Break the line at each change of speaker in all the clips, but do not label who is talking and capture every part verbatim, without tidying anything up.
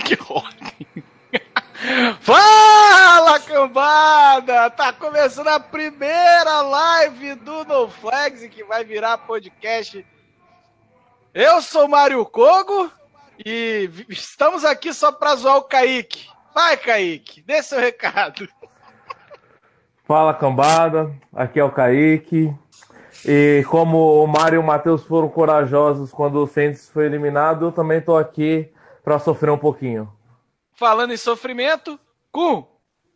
Que ordem. Fala, cambada! Tá começando a primeira live do No Flags, que vai virar podcast. Eu sou Mário Kogo e estamos aqui só pra zoar o Kaique. Vai, Kaique, dê seu recado.
Fala, cambada, aqui é o Kaique. E como o Mário e o Matheus foram corajosos quando o Saints foi eliminado, eu também tô aqui pra sofrer um pouquinho.
Falando em sofrimento, Cu!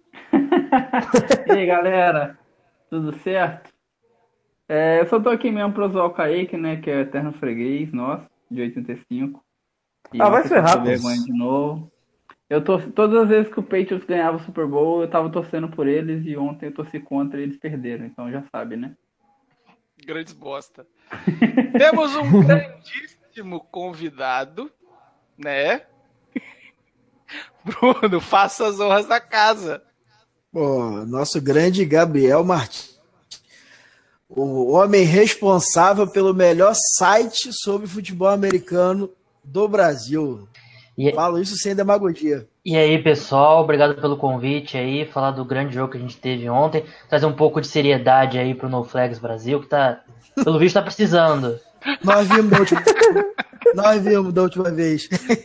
E aí, galera, tudo certo? É, eu só tô aqui mesmo pra usar o Kaique, né, que é eterno freguês nosso, de oitenta e cinco. E
ah, vai ser rápido.
Vergonha de novo. Eu tô, todas as vezes que o Patriots ganhava o Super Bowl, eu tava torcendo por eles, e ontem eu torci contra e eles perderam, então já sabe, né?
Grandes bosta. Temos um grandíssimo convidado, né? Bruno, faça as honras da casa.
Pô, nosso grande Gabriel Martins, o homem responsável pelo melhor site sobre futebol americano do Brasil. E... Falo isso sem demagogia.
E aí, pessoal, obrigado pelo convite aí, falar do grande jogo que a gente teve ontem, trazer um pouco de seriedade aí pro No Flags Brasil, que tá, pelo visto, tá precisando.
Nós vimos da última, Nós vimos da última vez.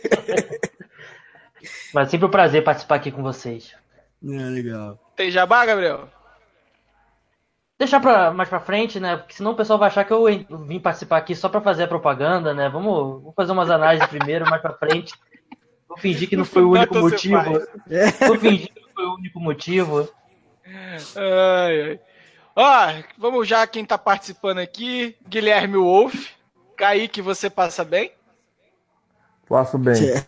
Mas sempre um prazer participar aqui com vocês.
É, legal.
Tem jabá, Gabriel?
Deixar pra, mais pra frente, né? Porque senão o pessoal vai achar que eu vim participar aqui só pra fazer a propaganda, né? Vamos, vamos fazer umas análises primeiro, mais pra frente. Vou fingir que não foi o único motivo. Vou fingir que não foi o único motivo.
Ai, ai. Ó, vamos já quem tá participando aqui. Guilherme Wolff. Kaique, você passa bem?
Passo bem.
É.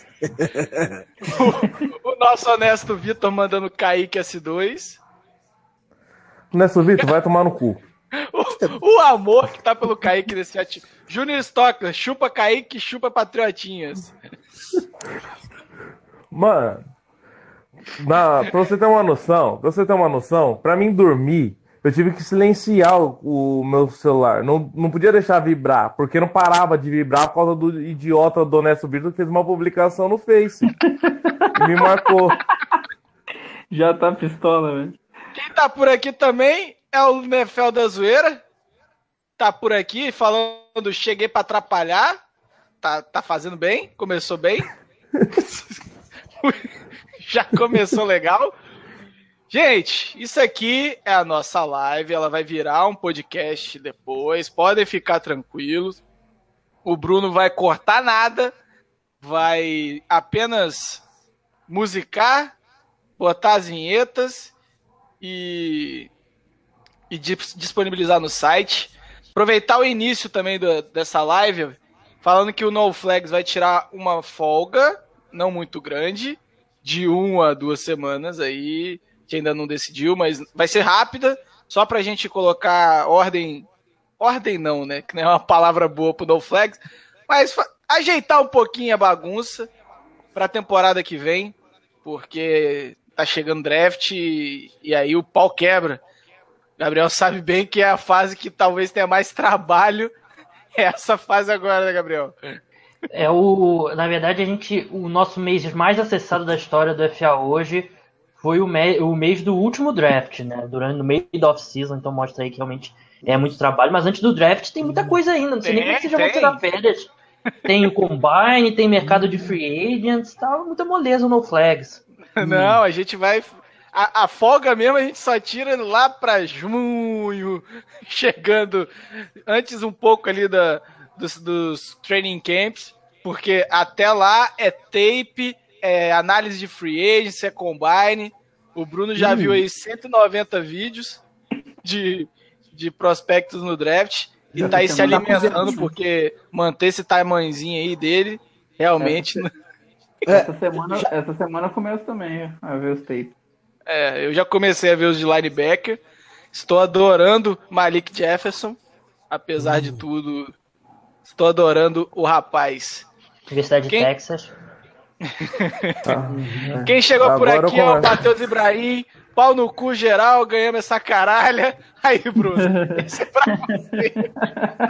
o, o nosso honesto Vitor mandando Kaique S dois.
Honesto Vitor, vai tomar no cu.
O, o amor que tá pelo Kaique nesse chat. Júnior Stockler, chupa Kaique, chupa Patriotinhas.
Mano, na, pra você ter uma noção, pra você ter uma noção, pra mim dormir, eu tive que silenciar o, o meu celular. Não, não podia deixar vibrar, porque não parava de vibrar por causa do idiota do Honesto Vitor que fez uma publicação no Face. E me marcou.
Já tá pistola, velho.
Quem tá por aqui também é o Nefel da Zoeira. Tá por aqui falando, cheguei pra atrapalhar. Tá, tá fazendo bem, começou bem. Já começou legal. Gente, isso aqui é a nossa live, ela vai virar um podcast depois, podem ficar tranquilos. O Bruno vai cortar nada, vai apenas musicar, botar as vinhetas e, e disponibilizar no site. Aproveitar o início também do, dessa live, falando que o No Flags vai tirar uma folga, não muito grande, de uma a duas semanas aí, que ainda não decidiu, mas vai ser rápida, só pra gente colocar ordem, ordem não, né, que não é uma palavra boa pro No Flags, mas ajeitar um pouquinho a bagunça pra temporada que vem, porque tá chegando draft e, e aí o pau quebra. Gabriel sabe bem que é a fase que talvez tenha mais trabalho, é essa fase agora, né, Gabriel?
É o, na verdade, a gente, o nosso mês mais acessado da história do F A hoje foi o, me, o mês do último draft, né? Durante no meio da off-season, então mostra aí que realmente é muito trabalho. Mas antes do draft tem muita coisa ainda, não sei nem como é que vocês já vão tirar férias. Tem o Combine, tem mercado de free agents, tá muita moleza no Flags.
Não, a gente vai... A, a folga mesmo a gente só tira lá pra junho, chegando antes um pouco ali da, dos, dos training camps, porque até lá é tape, é análise de free agents, é combine. O Bruno já hum. viu aí cento e noventa vídeos de, de prospectos no draft e já tá aí se alimentando, porque manter esse tamanhozinho aí dele, realmente...
É, essa, semana, essa semana começo também a ver os tapes.
É, eu já comecei a ver os de linebacker. Estou adorando Malik Jefferson. Apesar uhum. de tudo, estou adorando o rapaz.
Universidade Quem... de Texas.
Quem chegou Agora por aqui é o Matheus Ibrahim. Pau no cu geral, ganhamos essa caralha. Aí, Bruno, isso é pra você.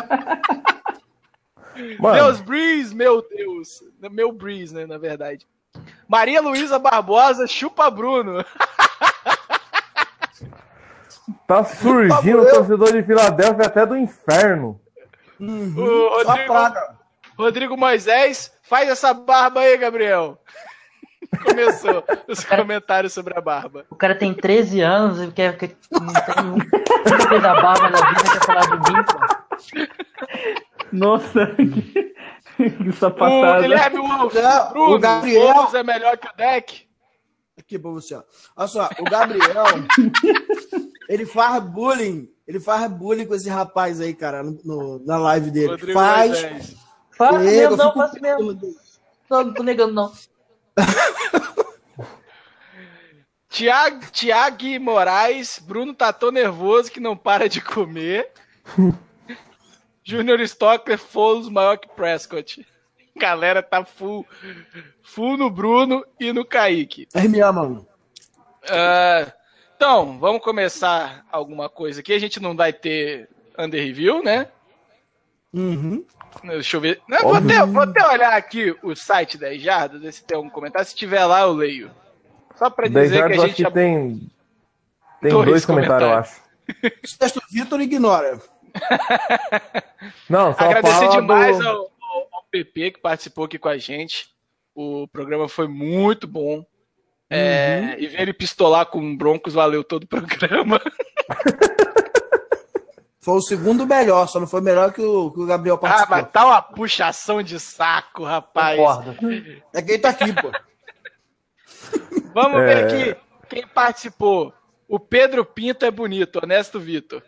Mano.
Meus Breeze, meu Deus. Meu Breeze, né, na verdade. Maria Luísa Barbosa, chupa Bruno.
Tá surgindo o torcedor de Filadélfia até do inferno.
Uhum. O Rodrigo, Rodrigo Moisés, faz essa barba aí, Gabriel. Começou os cara, comentários sobre a barba.
O cara tem treze anos e quer, quer, não tem nunca fez a barba na vida, quer falar de mim, pô.
Nossa, que, que sapatada.
O Guilherme Wolf,
Não,
Bruno,
o Gabriel
Wolf é melhor que o Deck.
Aqui pra você, ó. Olha só, o Gabriel, ele faz bullying, ele faz bullying com esse rapaz aí, cara, no, no, na live dele.
Rodrigo
faz.
Faço mesmo, não,
fico...
faço mesmo. Não, não tô negando, não.
Tiago, Tiago Moraes, Bruno tá tão nervoso que não para de comer. Junior Stockler, Foles maior que Prescott. Galera tá full, full no Bruno e no Kaique.
É minha, mano.
Uh, então, vamos começar alguma coisa aqui. A gente não vai ter under review, né?
Uhum.
Deixa eu ver. Não, vou, até, vou até olhar aqui o site da Jardas, ver se tem algum comentário. Se tiver lá, eu leio. Só pra dizer que a gente...
Que tem tem dois, dois comentários, comentários, eu
acho. O texto Vitor ignora.
Não, só
agradecer demais
do...
ao, ao, ao P P que participou aqui com a gente. O programa foi muito bom. Uhum. É, e ver ele pistolar com o Broncos valeu todo o programa.
Foi o segundo melhor, só não foi melhor que o, que o Gabriel participou.
Ah, mas tá uma puxação de saco, rapaz.
Concordo.
É quem tá aqui, pô.
Vamos é... ver aqui quem participou. O Pedro Pinto é bonito, honesto Vitor.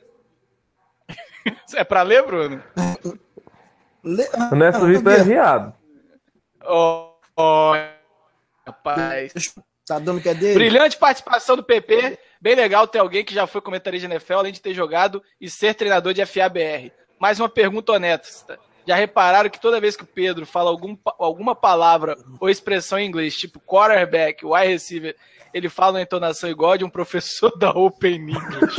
É pra ler, Bruno?
Le... Honesto Vitor é viado.
Ó, oh, oh, rapaz.
Tá dando que é dele?
Brilhante participação do P P. Bem legal ter alguém que já foi comentarista de N F L, além de ter jogado e ser treinador de F A B R. Mais uma pergunta honesta. Já repararam que toda vez que o Pedro fala algum, alguma palavra ou expressão em inglês, tipo quarterback, wide receiver, ele fala uma entonação igual a de um professor da Open English?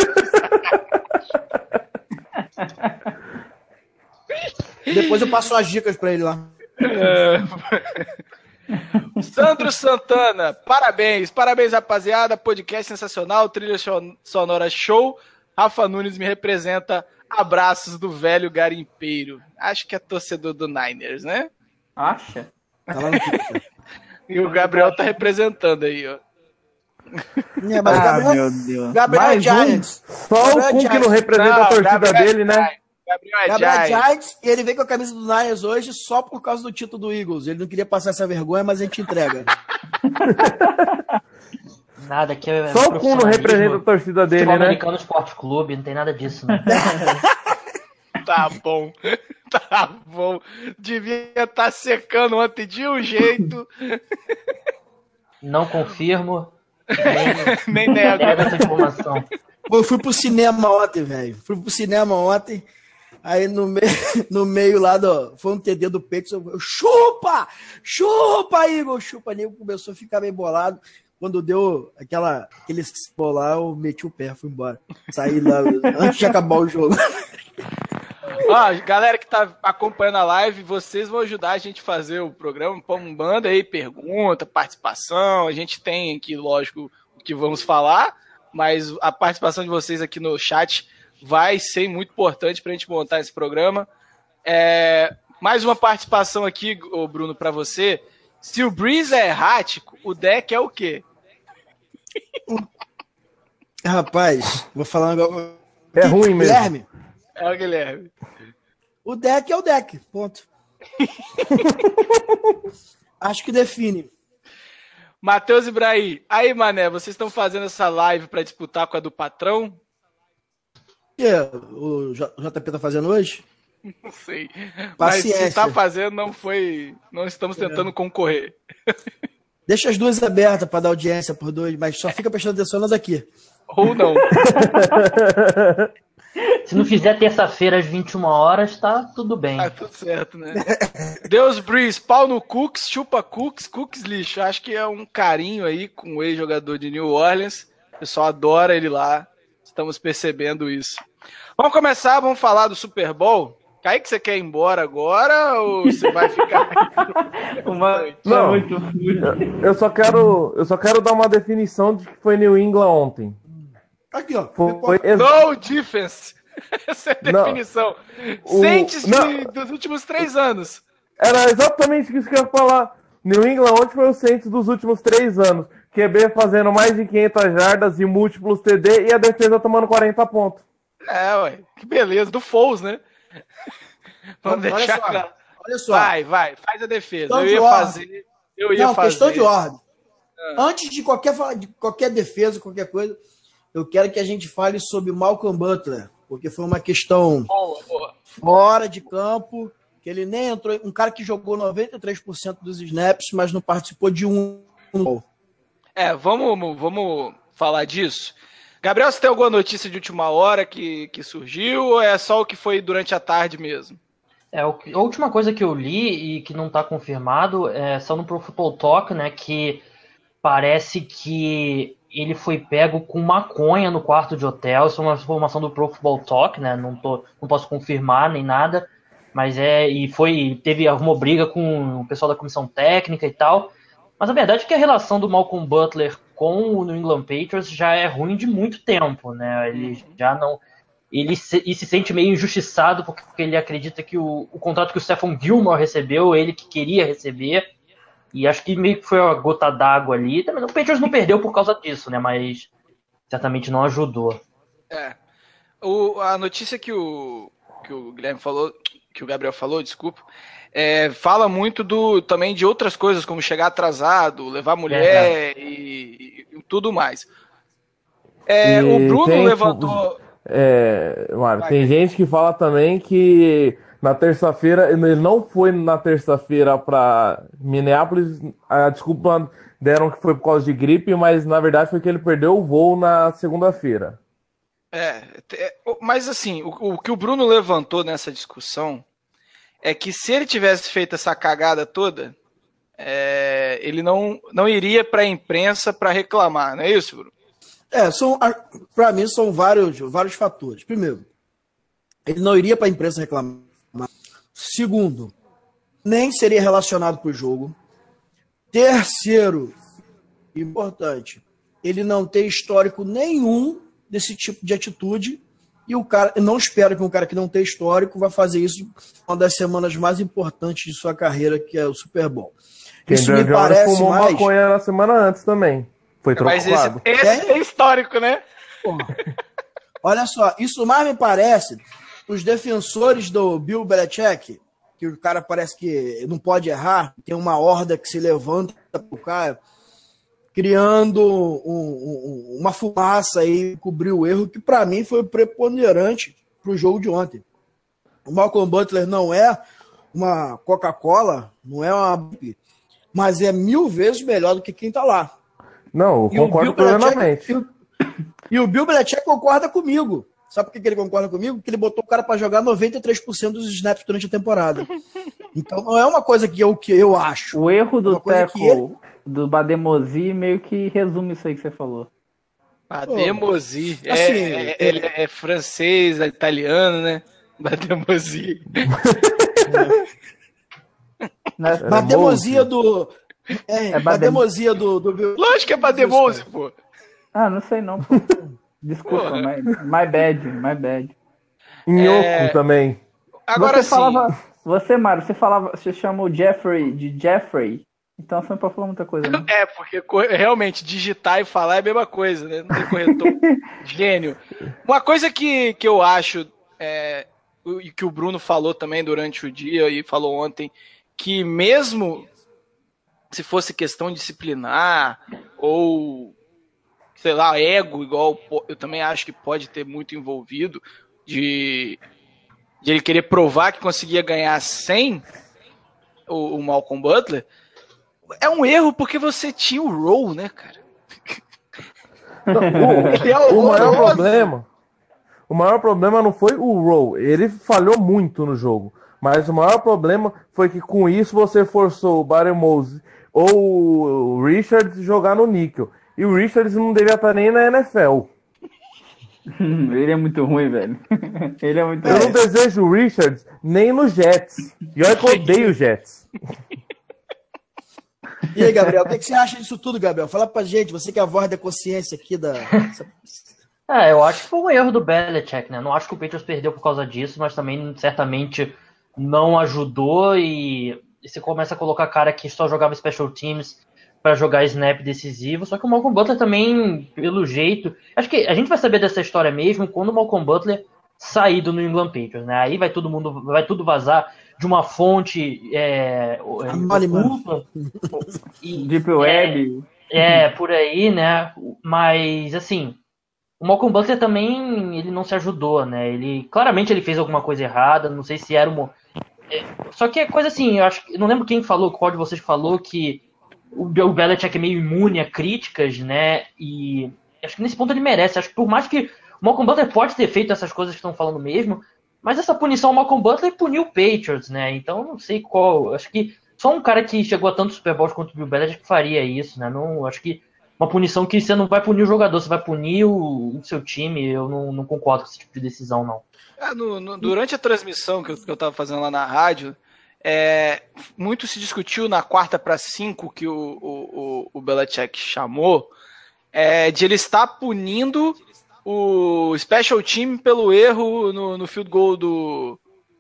Depois eu passo as dicas pra ele lá.
É... Sandro Santana, parabéns, parabéns rapaziada, podcast sensacional, trilha sonora show, Rafa Nunes me representa, abraços do velho garimpeiro. Acho que é torcedor do Niners, né?
Acha?
Tá lá no
E o Gabriel tá representando aí, ó.
É, mas
ah,
Gabriel,
meu Deus.
Gabriel
Mais
Giants.
Um. Só Gabriel o Kun que não representa não, a torcida Gabriel dele, né?
Gabriel é
Gabriel
Giants.
Giants, e ele veio com a camisa do Niners hoje só por causa do título do Eagles. Ele não queria passar essa vergonha, mas a gente entrega.
Nada, que é
só o Kun não representa a torcida dele, né?
Americano Esporte Clube, não tem nada disso, né?
Tá bom, tá bom. Devia estar tá secando ontem de um jeito.
Não confirmo.
Nem, nem nego.
Essa informação.
Eu fui pro cinema ontem, velho. Fui pro cinema ontem. Aí no, me... no meio lá do. Foi um T D do peito. Eu, chupa! Chupa, Igor! Chupa, nego começou a ficar meio bolado. Quando deu aquela, aquele bolar, eu meti o pé, fui embora. Saí lá antes de acabar o jogo.
Ó, galera que tá acompanhando a live, vocês vão ajudar a gente a fazer o programa. Manda aí pergunta, participação. A gente tem aqui, lógico, o que vamos falar, mas a participação de vocês aqui no chat vai ser muito importante pra gente montar esse programa. É, mais uma participação aqui, ô Bruno, pra você. Se o Breeze é errático, o deck é o quê?
Rapaz, vou falar um negócio.
É ruim mesmo.
Guilherme?
É o Guilherme.
O deck é o deck, ponto. Acho que define.
Matheus Ibrahim, aí, mané, vocês estão fazendo essa live para disputar com a do patrão?
O que o J P tá fazendo hoje?
Não sei.
Paciência.
Mas se tá fazendo, não foi. Não estamos tentando é. concorrer.
Deixa as duas abertas para dar audiência por dois, mas só fica prestando atenção nas aqui.
Ou não.
Se não fizer terça-feira às vinte e uma horas, tá tudo bem.
Tá tudo certo, né? Deus Breeze, pau no Cooks, chupa Cooks, Cooks lixo. Acho que é um carinho aí com o ex-jogador de New Orleans. O pessoal adora ele lá. Estamos percebendo isso. Vamos começar, vamos falar do Super Bowl. Kaique, você quer ir embora agora ou você vai ficar?
Uma...
Não,
muito...
eu só quero, eu só quero dar uma definição de que foi New England ontem.
Aqui, ó.
Foi, foi ex-
No defense. Essa é a
Não.
definição.
O-
Saints de-
não.
dos últimos três anos.
Era exatamente isso que eu ia falar. New England ontem foi o Saints dos últimos três anos. Q B fazendo mais de quinhentas jardas e múltiplos T D e a defesa tomando quarenta pontos.
É, ué. Que beleza. Do Foles, né? Vamos
Olha
deixar
só,
claro.
olha só.
Vai, vai. Faz a defesa.
Questão
Eu
de
ia
ordem.
fazer. Eu ia
Não,
fazer.
questão de ordem. Antes de qualquer, fa- de qualquer defesa, qualquer coisa, eu quero que a gente fale sobre Malcolm Butler, porque foi uma questão
Boa, boa.
fora de campo, que ele nem entrou. Um cara que jogou noventa e três por cento dos snaps, mas não participou de um.
É, vamos, vamos falar disso. Gabriel, você tem alguma notícia de última hora que, que surgiu ou é só o que foi durante a tarde mesmo?
É, o que- a última coisa que eu li e que não está confirmado é só no Pro Football Talk, né, que parece que ele foi pego com maconha no quarto de hotel. Isso é uma informação do Pro Football Talk, né, não, tô, não posso confirmar nem nada, mas é, e foi, teve alguma briga com o pessoal da comissão técnica e tal, mas a verdade é que a relação do Malcolm Butler com o New England Patriots já é ruim de muito tempo, né, ele já não... Ele se, ele se sente meio injustiçado porque ele acredita que o, o contrato que o Stephon Gilmore recebeu, ele que queria receber, e acho que meio que foi uma gota d'água ali. Também, o Patriots não perdeu por causa disso, né? Mas certamente não ajudou.
É. O, a notícia que o, que o Guilherme falou, que o Gabriel falou, desculpa, é, fala muito do, também de outras coisas, como chegar atrasado, levar mulher e, e tudo mais. É,
E
o Bruno
tem-
levantou...
É, Mário,
Vai,
tem
vai.
gente que fala também que na terça-feira, ele não foi na terça-feira para Minneapolis, a desculpa deram que foi por causa de gripe, mas na verdade foi que ele perdeu o voo na segunda-feira.
É, é, mas assim, o, o que o Bruno levantou nessa discussão é que se ele tivesse feito essa cagada toda, é, ele não, não iria para a imprensa para reclamar, não é isso, Bruno?
É, são, para mim são vários, vários fatores. Primeiro, ele não iria para a imprensa reclamar. Segundo, nem seria relacionado para o jogo. Terceiro, importante, ele não tem histórico nenhum desse tipo de atitude e o cara, eu não espero que um cara que não tem histórico vá fazer isso uma das semanas mais importantes de sua carreira, que é o Super Bowl. Isso
Kendall
me
Jones
parece
fumou
mais...
maconha na semana antes também. Foi
Mas
trocado.
esse, esse é histórico, né?
Porra. Olha só, isso mais me parece os defensores do Bill Belichick, que o cara parece que não pode errar, tem uma horda que se levanta pro cara, criando um, um, uma fumaça aí, cobrir o erro, que para mim foi preponderante pro jogo de ontem. O Malcolm Butler não é uma Coca-Cola, não é uma... mas é mil vezes melhor do que quem tá lá.
Não, eu
E o
concordo
Bill Belichick-
plenamente.
E o, e o Bill Belichick concorda comigo. Sabe por que que ele concorda comigo? Porque ele botou o cara para jogar noventa e três por cento dos snaps durante a temporada. Então não é uma coisa que eu, que eu acho.
O erro
É
do
uma coisa
tackle
que ele-
do Bademosi meio que resume isso aí que você falou.
Bademosi. É,
assim,
é-
é-
ele é francês, é italiano, né? Bademosi.
Né?
É
Bademosia do. É,
É badem-
bademosia do, do Bill.
Lógico que é Bademosi, pô.
Ah, não sei não, pô. Desculpa,
Porra.
my, my bad, my bad.
Nhoco
É.
também.
Agora
você
sim.
falava, você, Mário, você falava, você chamou o Jeffrey de Jeffrey, então você não pode falar muita coisa, né?
É, porque co- realmente digitar e falar é a mesma coisa, né? Não tem corretor. Gênio. Uma coisa que, que eu acho, é, o- e que o Bruno falou também durante o dia e falou ontem, que mesmo se fosse questão disciplinar ou, sei lá, ego, igual po- eu também acho que pode ter muito envolvido, de, de ele querer provar que conseguia ganhar sem o, o Malcolm Butler, é um erro porque você tinha o Rowe, né, cara? Ele é
O maior
horroroso.
problema, o maior problema não foi o Rowe, ele falhou muito no jogo, mas o maior problema foi que com isso você forçou o Baremose ou o Richards jogar no níquel, e o Richards não devia estar nem na N F L.
Ele é muito ruim, velho. Ele é muito
Eu
ruim.
não desejo o Richards nem no Jets. E olha que eu odeio o Jets.
E aí, Gabriel, o que, que você acha disso tudo, Gabriel? Fala pra gente, você que é a voz da consciência aqui da.
É, eu acho que foi um erro do Belichick, né? Não acho que o Patriots perdeu por causa disso, mas também certamente não ajudou e, e você começa a colocar cara que só jogava special teams para jogar snap decisivo, só que o Malcolm Butler também, pelo jeito... Acho que a gente vai saber dessa história mesmo quando o Malcolm Butler sair do New England Patriots, né? Aí vai todo mundo, vai tudo vazar de uma fonte é, oculta, e,
Deep Web.
É, é, por aí, né? Mas, assim... O Malcolm Butler também, ele não se ajudou, né? Ele, claramente ele fez alguma coisa errada, não sei se era uma... É, só que é coisa assim, eu acho que... Não lembro quem falou, qual de vocês falou que o Bill Belichick é meio imune a críticas, né? E acho que nesse ponto ele merece. Acho que por mais que o Malcolm Butler pode ter feito essas coisas que estão falando mesmo, mas essa punição ao Malcolm Butler puniu o Patriots, né? Então não sei qual... Acho que só um cara que chegou a tantos Super Bowls quanto o Bill Belichick faria isso, né? Não, acho que uma punição que você não vai punir o jogador, você vai punir o, o seu time. Eu não, não concordo com esse tipo de decisão, não.
É, no, no, durante a transmissão que eu, que eu tava fazendo lá na rádio, é, muito se discutiu na quarta para cinco que o, o, o Belichick chamou, é, de ele estar punindo o special team pelo erro no, no field goal do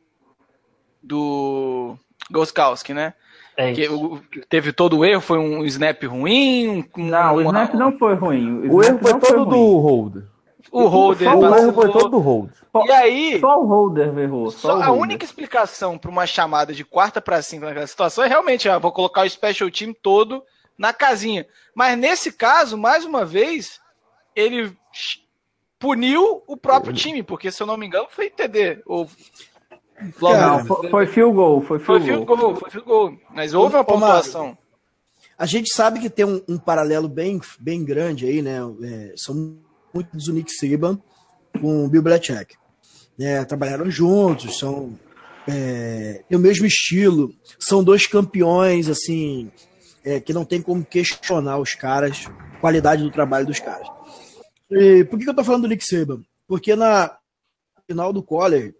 do Gostkowski, né?
É
que o, teve todo o erro, foi um snap ruim. Um,
não,
uma,
o snap não foi ruim.
O, o erro foi todo foi do Holder.
O Holder.
O erro foi todo do Holder.
E aí,
só o Holder errou. Só
só
o
a
Holder.
única explicação para uma chamada de quarta para cinco naquela situação é realmente, ah, vou colocar o special team todo na casinha. Mas nesse caso, mais uma vez, ele puniu o próprio time, porque se eu não me engano foi T D ou
Cara, não, foi field goal, foi field,
foi field goal. goal, foi field goal. Mas houve uma pontuação.
A gente sabe que tem um, um paralelo bem, bem grande aí, né? É, são muitos do Nick Saban com o Bill Belichick. É, trabalharam juntos, são é, tem o mesmo estilo, são dois campeões, assim, é, que não tem como questionar os caras, a qualidade do trabalho dos caras. E por que, que eu tô falando do Nick Saban? Porque na final do college,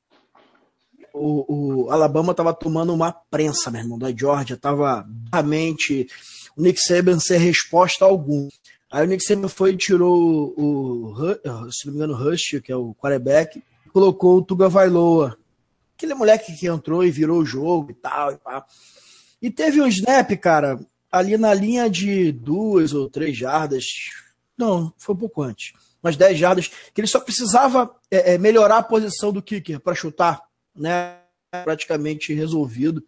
O, o Alabama estava tomando uma prensa, meu irmão, da Georgia, estava realmente o Nick Saban sem resposta alguma. Aí o Nick Saban foi e tirou o, o se não me engano, o Rush, que é o quarterback, e colocou o Tagovailoa, aquele moleque que entrou e virou o jogo e tal. E, pá. E teve um snap, cara, ali na linha de duas ou três jardas, não, foi um pouco antes, umas dez jardas, que ele só precisava é, é, melhorar a posição do kicker para chutar, né, praticamente resolvido.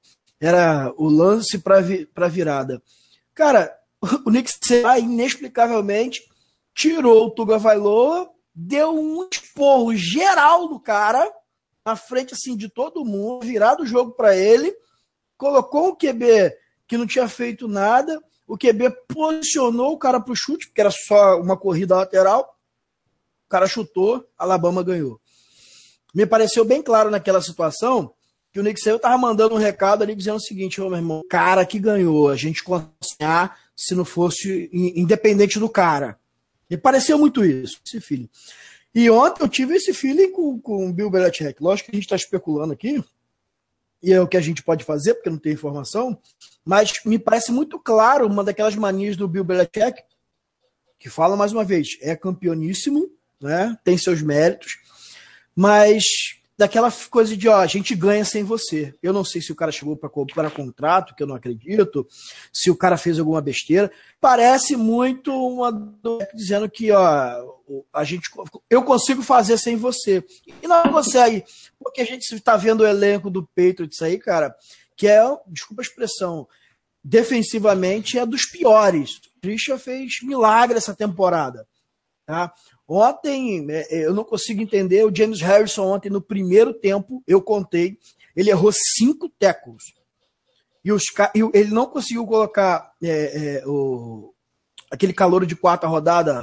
Era o lance para vi, para virada. Cara, o Nick Saban inexplicavelmente tirou o Tagovailoa, deu um esporro geral no cara, na frente assim de todo mundo, virado o jogo para ele, colocou o Q B que não tinha feito nada, o Q B posicionou o cara pro chute, porque era só uma corrida lateral, o cara chutou, Alabama ganhou. Me pareceu bem claro naquela situação que o Nick Saban estava mandando um recado ali dizendo o seguinte: ô meu irmão, cara que ganhou, a gente consegue ganhar se não fosse independente do cara. Me pareceu muito isso, esse feeling. E ontem eu tive esse feeling com, com o Bill Belichick. Lógico que a gente está especulando aqui, e é o que a gente pode fazer, porque não tem informação, mas me parece muito claro uma daquelas manias do Bill Belichick, que fala mais uma vez, é campeoníssimo, né? Tem seus méritos, mas daquela coisa de, ó, a gente ganha sem você. Eu não sei se o cara chegou para comprar contrato, que eu não acredito, se o cara fez alguma besteira. Parece muito uma do... dizendo que, ó, a gente, eu consigo fazer sem você. E não consegue, porque a gente está vendo o elenco do Patriots aí, cara, que é, desculpa a expressão, defensivamente é dos piores. O Christian fez milagre essa temporada, tá? Ontem, eu não consigo entender, o James Harrison ontem, no primeiro tempo, eu contei, ele errou cinco tackles. E, os, e ele não conseguiu colocar é, é, o, aquele calouro de quarta rodada.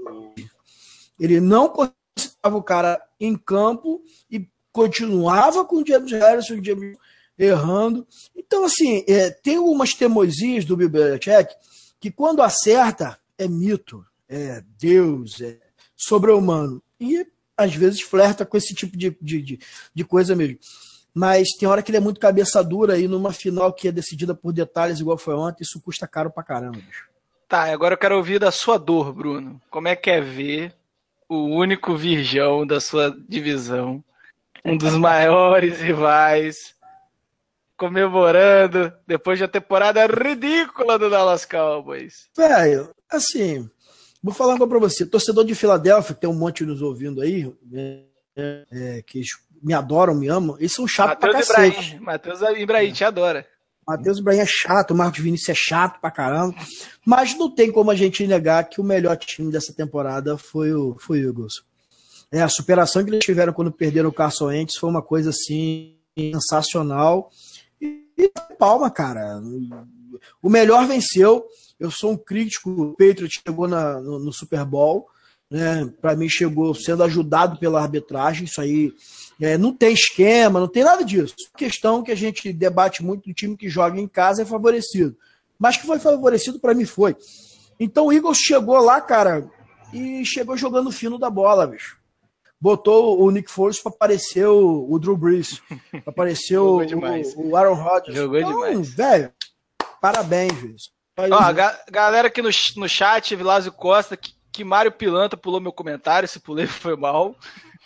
Ele não conseguia o cara em campo e continuava com o James Harrison, o James errando. Então, assim, é, tem algumas teimosias do Bill Belichick que quando acerta é mito, é Deus, é sobre-humano. E às vezes flerta com esse tipo de, de, de, de coisa mesmo. Mas tem hora que ele é muito cabeça dura e numa final que é decidida por detalhes igual foi ontem, isso custa caro pra caramba, bicho.
Tá, agora eu quero ouvir da sua dor, Bruno. Como é que é ver o único virgão da sua divisão, um dos maiores rivais, comemorando depois de uma temporada ridícula do Dallas Cowboys?
Velho, assim, vou falar uma coisa pra você. Torcedor de Filadélfia, que tem um monte nos ouvindo aí, né, é, que me adoram, me amam, eles são chatos pra cacete.
Matheus Ibrahim te adora.
Matheus Ibrahim é chato, o Marcos Vinícius é chato pra caramba, mas não tem como a gente negar que o melhor time dessa temporada foi o, foi o Eagles. É, a superação que eles tiveram quando perderam o Carson Wentz foi uma coisa assim sensacional. E, e palma, cara. O melhor venceu. Eu sou um crítico. O Patriots chegou na, no, no Super Bowl, né? Para mim chegou sendo ajudado pela arbitragem. Isso aí é, não tem esquema, não tem nada disso. A questão que a gente debate muito do time que joga em casa é favorecido. Mas que foi favorecido, para mim foi. Então o Eagles chegou lá, cara, e chegou jogando fino da bola, bicho. Botou o Nick Foles para aparecer o, o Drew Brees, para aparecer o, o, o Aaron Rodgers.
Jogou
então,
demais.
Velho, parabéns, velho.
Ó, a ga galera aqui no, no chat, Vilásio Costa, que, que Mário Pilanta pulou meu comentário, se pulei foi mal.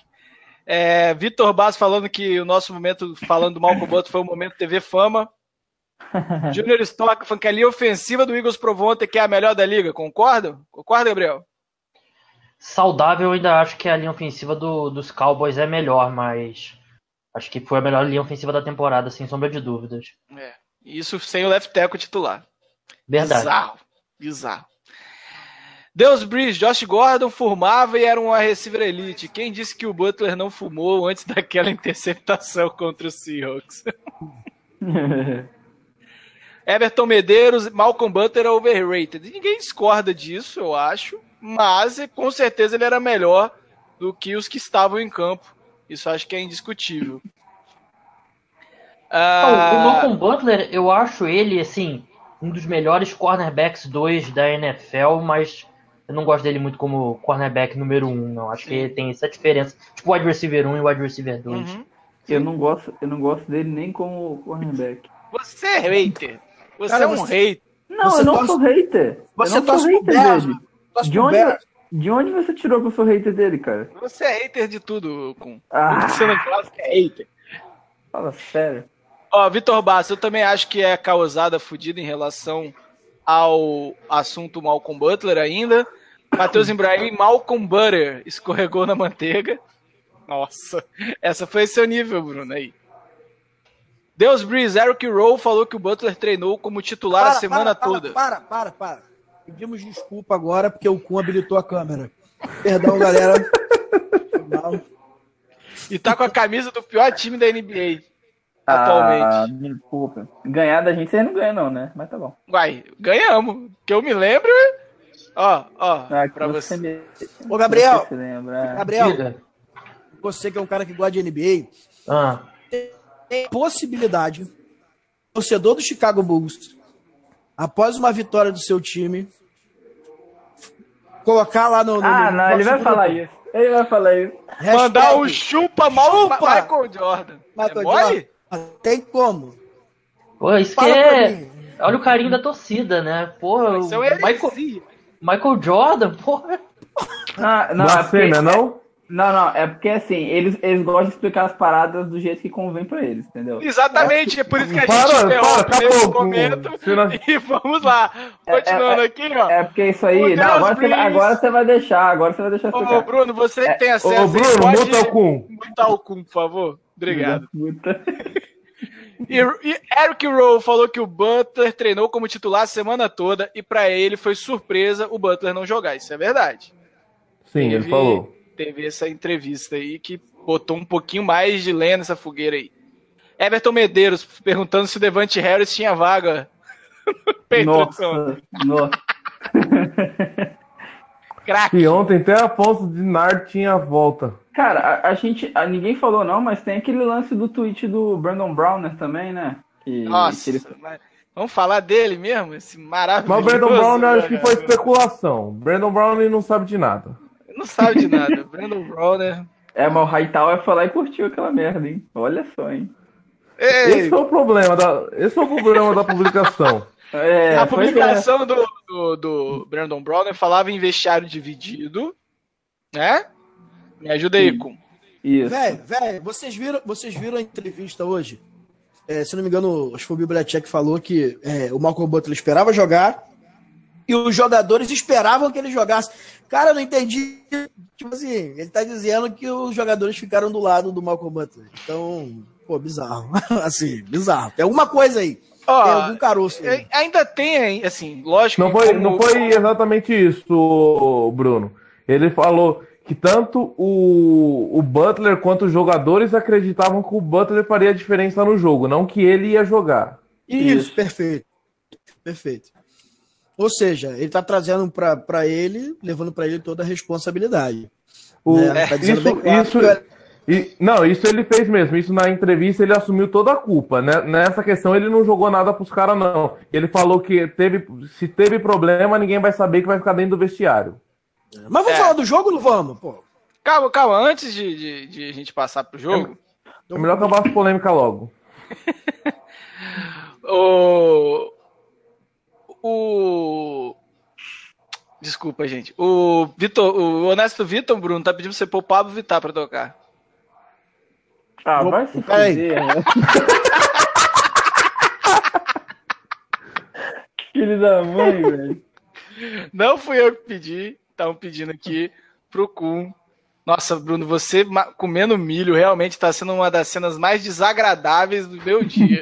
É, Vitor Bass falando que o nosso momento, falando do Malcolm Butler, foi o momento T V Fama. Junior Stock falando que a linha ofensiva do Eagles provou ontem que é a melhor da liga. Concorda? Concorda, Gabriel?
Saudável, eu ainda acho que a linha ofensiva do, dos Cowboys é melhor, mas acho que foi a melhor linha ofensiva da temporada, sem sombra de dúvidas.
É, isso sem o left tackle titular.
Verdade.
Bizarro, bizarro. Deus Breeze, Josh Gordon fumava e era um receiver elite. Quem disse que o Butler não fumou antes daquela interceptação contra o Seahawks? Everton Medeiros, Malcolm Butler é overrated. Ninguém discorda disso, eu acho. Mas, com certeza, ele era melhor do que os que estavam em campo. Isso acho que é indiscutível.
Ah... O Malcolm Butler, eu acho ele, assim, um dos melhores cornerbacks dois da N F L, mas eu não gosto dele muito como cornerback número um, não. Acho Sim. que tem essa diferença. Tipo, wide receiver um e wide receiver dois.
Uhum. Eu não gosto, eu não gosto dele nem como cornerback.
Você é hater. Você Cara, é um você... hater.
Não,
você
eu não
torce...
sou hater.
Você
eu não sou hater dele.
De
onde, de onde você tirou que eu sou hater dele, cara?
Você é hater de tudo, Kun.
Ah.
Você não gosta que é hater.
Fala sério.
Ó, Vitor Basso, eu também acho que é causada fodida em relação ao assunto Malcolm Butler ainda. Matheus Ibrahim, Malcolm Butter escorregou na manteiga. Nossa, essa foi seu nível, Bruno, aí. Deus Breeze, Eric Rowe falou que o Butler treinou como titular para, a semana
para,
toda.
Para, para, para, para. Pedimos desculpa agora porque o Kun habilitou a câmera. Perdão, galera. Não.
E tá com a camisa do pior time da N B A
ah,
atualmente.
Me desculpa. Ganhar da gente vocês não ganham não, né? Mas tá bom.
Uai, ganhamos. Que eu me lembro. Ó, ó,
ah,
pra você.
você me...
Ô, Gabriel.
Você lembra.
Gabriel, Diga. Você que é um cara que gosta de N B A.
Ah.
Tem possibilidade, torcedor do Chicago Bulls, após uma vitória do seu time, colocar lá no... no
ah,
no,
não,
no
ele vai falar isso. Ele vai falar isso.
Hashtag, mandar o chupa mal chupa. Michael Jordan.
Michael
é mole?
Jordan. Tem como.
Pô, isso Fala que é... Olha o carinho da torcida, né? Porra,
isso
o
é
Michael... Michael Jordan, porra.
Ah, não,
não,
é porque...
não, não?
Não, não, é porque assim, eles, eles gostam de explicar as paradas do jeito que convém pra eles, entendeu?
Exatamente, é por isso que a
para,
gente interrompe nesse
acabou,
momento
não...
e vamos lá. Continuando
é, é,
aqui, ó.
É porque isso aí, não, agora, você, agora você vai deixar, agora você vai deixar explicar.
Ô, Bruno, você que tem acesso,
ô, Bruno,
pode
muta o Kun.
Muta o Kun, por favor. Obrigado.
Muta.
E, e Eric Rowe falou que o Butler treinou como titular a semana toda e pra ele foi surpresa o Butler não jogar, isso é verdade.
Sim,
Teve...
ele falou.
Teve essa entrevista aí que botou um pouquinho mais de lenha nessa fogueira aí. Everton Medeiros perguntando se o Devante Harris tinha vaga.
Nossa, nossa.
Crack.
E ontem até Afonso de Nard tinha volta.
Cara, a, a gente. A, ninguém falou não, mas tem aquele lance do tweet do Brandon Browner também, né? Que,
Nossa,
que ele...
mas vamos falar dele mesmo? Esse maravilhoso.
Mas o Brandon Brown acho que foi especulação. Brandon Brown não sabe de nada.
Não sabe de nada. Brandon Browner.
É, mas o Hightower foi lá e curtiu aquela merda, hein? Olha só, hein?
Ei,
Esse foi o problema da, esse foi o problema da publicação.
É,
a
pois é.
publicação do, do, do Brandon Browner falava em vestiário dividido, né? Me ajuda aí,
Sim.
com.
Isso.
Velho, velho, vocês viram, vocês viram a entrevista hoje? É, se não me engano, acho que foi o Bill Belichick que falou que é, o Malcolm Butler esperava jogar e os jogadores esperavam que ele jogasse. Cara, eu não entendi. Tipo assim, ele tá dizendo que os jogadores ficaram do lado do Malcolm Butler. Então, pô, bizarro. Assim, bizarro. Tem alguma coisa aí.
Ó,
Tem algum caroço aí.
ainda tem, assim, lógico.
Não foi,
como-
não foi exatamente isso, Bruno. Ele falou que tanto o, o Butler quanto os jogadores acreditavam que o Butler faria diferença no jogo, não que ele ia jogar.
Isso,
Isso.
perfeito. Perfeito. Ou seja, ele tá trazendo pra, pra ele, levando pra ele toda a responsabilidade.
O-
Né? Tá dizendo
isso,
bem claro
isso,
que-
e- não, isso ele fez mesmo. Isso na entrevista ele assumiu toda a culpa, né? Nessa questão ele não jogou nada pros caras, não. Ele falou que teve, se teve problema, ninguém vai saber que vai ficar dentro do vestiário.
Mas vamos
É.
falar do jogo ou não vamos? Pô?
Calma, calma, antes de, de, de a gente passar pro jogo,
É melhor acabar as polêmicas logo.
o. O. Desculpa, gente. O Vitor, o honesto Vitor, Bruno, tá pedindo pra você pôr o Pablo Vittar pra tocar.
Ah,
Vou-
vai se
Peraí.
fuder, né? Filho da mãe, velho.
Não fui eu que pedi, estavam pedindo aqui pro Kuhn. Nossa, Bruno, você ma- comendo milho realmente tá sendo uma das cenas mais desagradáveis do meu dia.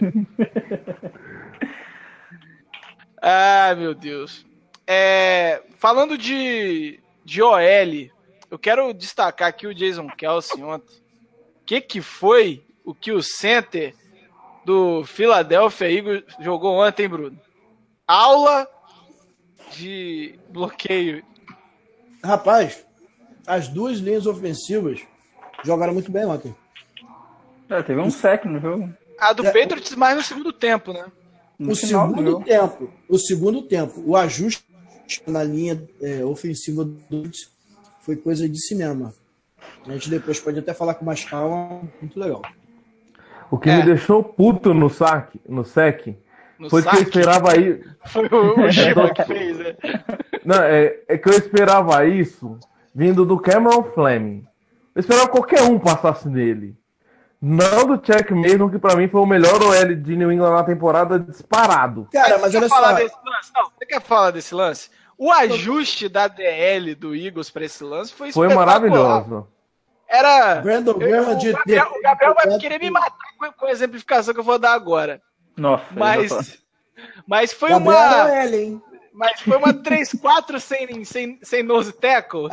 Ai, meu Deus. É, falando de, de O L, eu quero destacar aqui o Jason Kelce ontem. O que, que foi o que o center do Philadelphia Eagles jogou ontem, Bruno? Aula de bloqueio.
Rapaz, as duas linhas ofensivas jogaram muito bem ontem.
É, teve um sec no jogo.
A do
É,
Patriots mais no segundo tempo, né?
No
o
final do
segundo
jogo.
tempo, o segundo tempo, o ajuste na linha é, ofensiva do Patriots foi coisa de cinema. A gente depois pode até falar com mais calma, muito legal.
O que
É.
me deixou puto no saque, no sec,
No
foi que eu
saque.
esperava aí.
Foi o, o Shiba que fez, né?
Não, é, é que eu esperava isso vindo do Cameron Fleming. Eu esperava qualquer um passasse nele. Não do Chuck Mason, que pra mim foi o melhor O L de New England na temporada disparado.
Cara, mas
você
olha
quer falar
só,
desse lance? Não, você quer falar desse lance? O ajuste da D L do Eagles pra esse lance foi
Foi
espetacular.
maravilhoso.
Era.
Brandon
eu-
Graham
o,
de-
Gabriel,
de-
o Gabriel vai
de-
querer me matar com, com a exemplificação que eu vou dar agora.
Nossa,
Mas.
eu já tô-
Mas foi
Gabriel era
uma.
L, hein?
Mas foi uma três quatro sem, sem, sem nose tackle.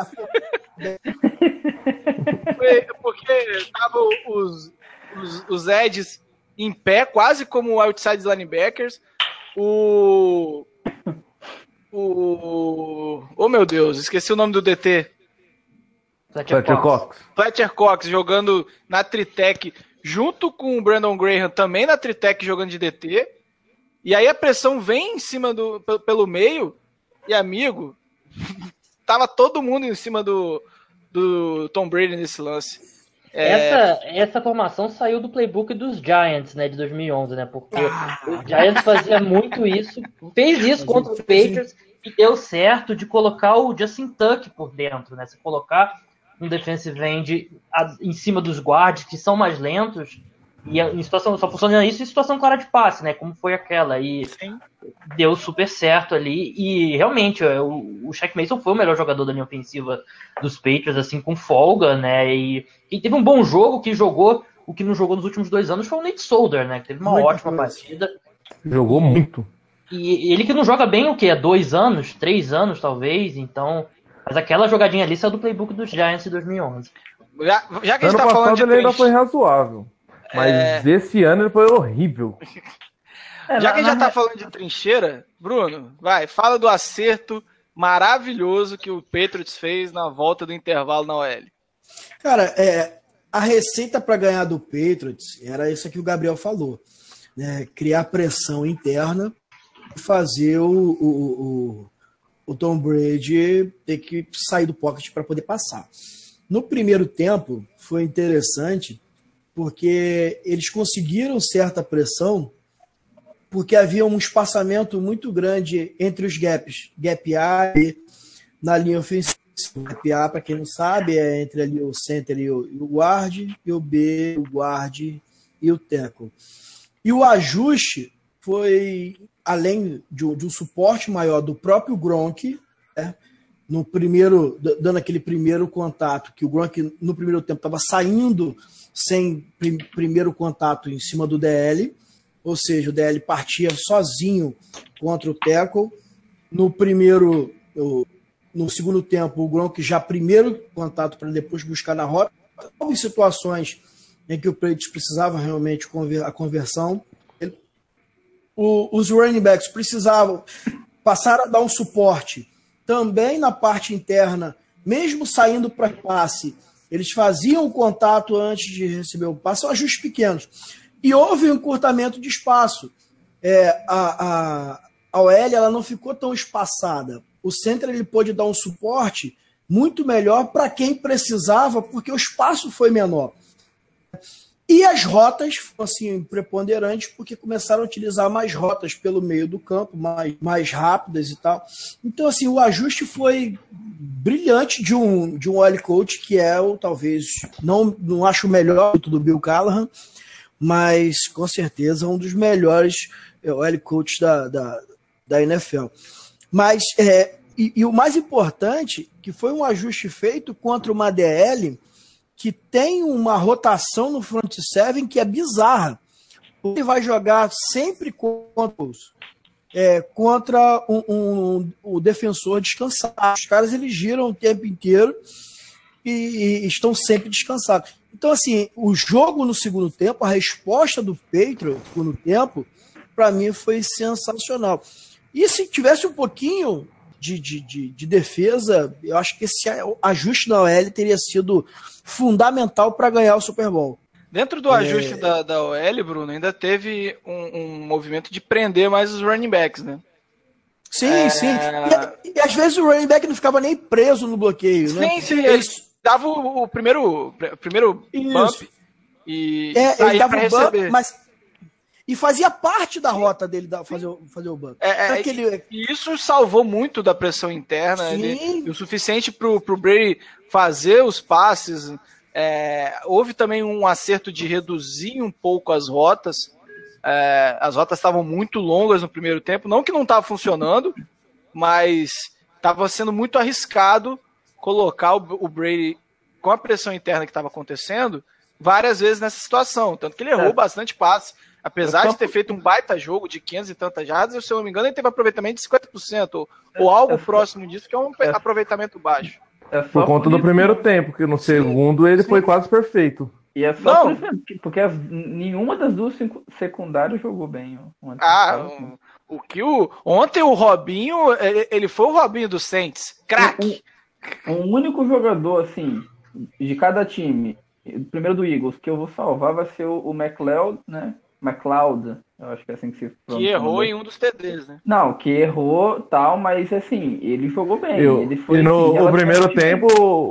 Foi porque tava os, os, os edges em pé, quase como outside linebackers. O. O. Oh, meu Deus, esqueci o nome do D T.
Fletcher Cox.
Fletcher Cox jogando na Tritec, junto com o Brandon Graham também na Tritec jogando de D T. E aí a pressão vem em cima do pe- pelo meio. E amigo, tava todo mundo em cima do, do Tom Brady nesse lance. É,
Essa, essa formação saiu do playbook dos Giants, né, de dois mil e onze, né, porque o Giants fazia muito isso, fez isso contra os Patriots e deu certo de colocar o Justin Tuck por dentro, né, se colocar um defensive end a- em cima dos guards que são mais lentos e a- em situação, só funciona isso em situação clara de passe, né, como foi aquela, e
sim.
deu super certo ali, e realmente é, o, o Shaq Mason foi o melhor jogador da linha ofensiva dos Patriots, assim, com folga, né, e, e teve um bom jogo, que jogou, o que não jogou nos últimos dois anos foi o Nate Solder, né, que teve uma
Muita
ótima
coisa.
partida,
Jogou muito.
e ele que não joga bem, o quê? Há dois anos, três anos, talvez, então, mas aquela jogadinha ali saiu do playbook dos Giants de dois mil e onze.
Já, já que a
Ano
gente tá falando
passado
de
ele ainda
trinche-
foi razoável. Mas
É.
esse ano ele foi horrível.
É,
Já
na-
que a gente já
na-
tá falando de trincheira, Bruno, vai, fala do acerto maravilhoso que o Patriots fez na volta do intervalo na O L.
Cara, é, a receita para ganhar do Patriots era isso que o Gabriel falou, né? Criar pressão interna e fazer o, o, o, o Tom Brady ter que sair do pocket para poder passar. No primeiro tempo, foi interessante, porque eles conseguiram certa pressão, porque havia um espaçamento muito grande entre os gaps, gap A e B, na linha ofensiva. O gap A, para quem não sabe, é entre ali o center e o, e o guard, e o B, o guard e o tackle. E o ajuste foi, além de um, de um suporte maior do próprio Gronk, né, no primeiro, dando aquele primeiro contato, que o Gronk no primeiro tempo estava saindo sem prim, primeiro contato em cima do D L, ou seja, o D L partia sozinho contra o tackle. No primeiro, no segundo tempo, o Gronk já primeiro contato para depois buscar na rota. Houve situações em que o Patriots precisava realmente a conversão. Ele, o, os running backs precisavam passar a dar um suporte também na parte interna, mesmo saindo para passe, eles faziam o contato antes de receber o passe, são ajustes pequenos. E houve um encurtamento de espaço. É, a, a, a O L ela não ficou tão espaçada. O center ele pôde dar um suporte muito melhor para quem precisava, porque o espaço foi menor. E as rotas foram assim, preponderantes, porque começaram a utilizar mais rotas pelo meio do campo, mais, mais rápidas e tal. Então, assim, o ajuste foi brilhante de um, de um O L coach, que é o, talvez, não, não acho o melhor do Bill Callahan, mas com certeza um dos melhores O L coaches da, da, da N F L. Mas, é, e, e o mais importante, que foi um ajuste feito contra uma D L que tem uma rotação no front seven que é bizarra. Ele vai jogar sempre contra, é, contra um, um, um, o defensor descansado. Os caras eles giram o tempo inteiro e, e estão sempre descansados. Então, assim, o jogo no segundo tempo, a resposta do Patriots no segundo tempo, para mim foi sensacional. E se tivesse um pouquinho de, de, de, de defesa, eu acho que esse ajuste na O L teria sido fundamental para ganhar o Super Bowl.
Dentro do ajuste é... da, da O L, Bruno, ainda teve um, um movimento de prender mais os running backs, né?
Sim, é... sim. E, e às vezes o running back não ficava nem preso no bloqueio,
sim,
né?
Sim, sim. Eles davam o, o primeiro, primeiro bump e
é,
saía para receber.
Bump, mas... E fazia parte da rota dele da, fazer, fazer o bump.
É, é, Aquele... E isso salvou muito da pressão interna. Ele, o suficiente para o Brady fazer os passes. É, houve também um acerto de reduzir um pouco as rotas. É, as rotas estavam muito longas no primeiro tempo. Não que não estava funcionando, mas estava sendo muito arriscado colocar o, o Brady com a pressão interna que estava acontecendo várias vezes nessa situação. Tanto que ele errou é. bastante passe. Apesar de ter feito um baita jogo de quinhentas e tantas jardas, se eu não me engano, ele teve aproveitamento de cinquenta por cento, ou, ou algo é próximo disso, que é um é aproveitamento baixo.
É por conta do primeiro tempo, que no sim, segundo ele sim. foi quase perfeito.
E é só não. Por, porque as, nenhuma das duas secundárias jogou bem.
Ah, o, o que o... Ontem o Robinho, ele, ele foi o Robinho do Saints. Craque!
Um, um único jogador, assim, de cada time, primeiro do Eagles, que eu vou salvar vai ser o, o McLeod, né? McLeod, eu acho que é assim que se
pronuncia. Que errou em um dos T Ds, né?
Não, que errou tal, mas assim, ele jogou bem.
Eu,
ele foi,
e no
assim,
o primeiro tempo,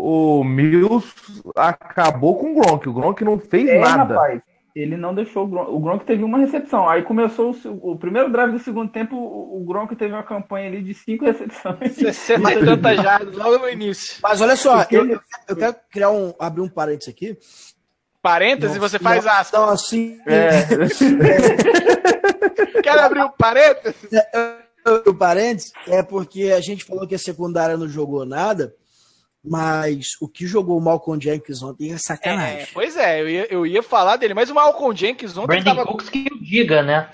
o Mills acabou com o Gronk. O Gronk não fez
é,
nada.
Rapaz, ele não deixou o Gronk. O Gronk teve uma recepção. Aí começou o, o primeiro drive do segundo tempo, o, o Gronk teve uma campanha ali de cinco recepções.
sessenta e tantas jardas logo no início.
Mas olha só, eu, eu quero criar um, abrir um parênteses aqui.
Parênteses, você faz
não,
aspas.
Então, assim.
É. Quer abrir um parênteses?
O parênteses é porque a gente falou que a secundária não jogou nada, mas o que jogou o Malcolm Jenkins ontem é sacanagem.
É, pois é, eu ia, eu ia falar dele, mas o Malcolm Jenkins ontem
Brandon
tava...
Cooks que o diga, né?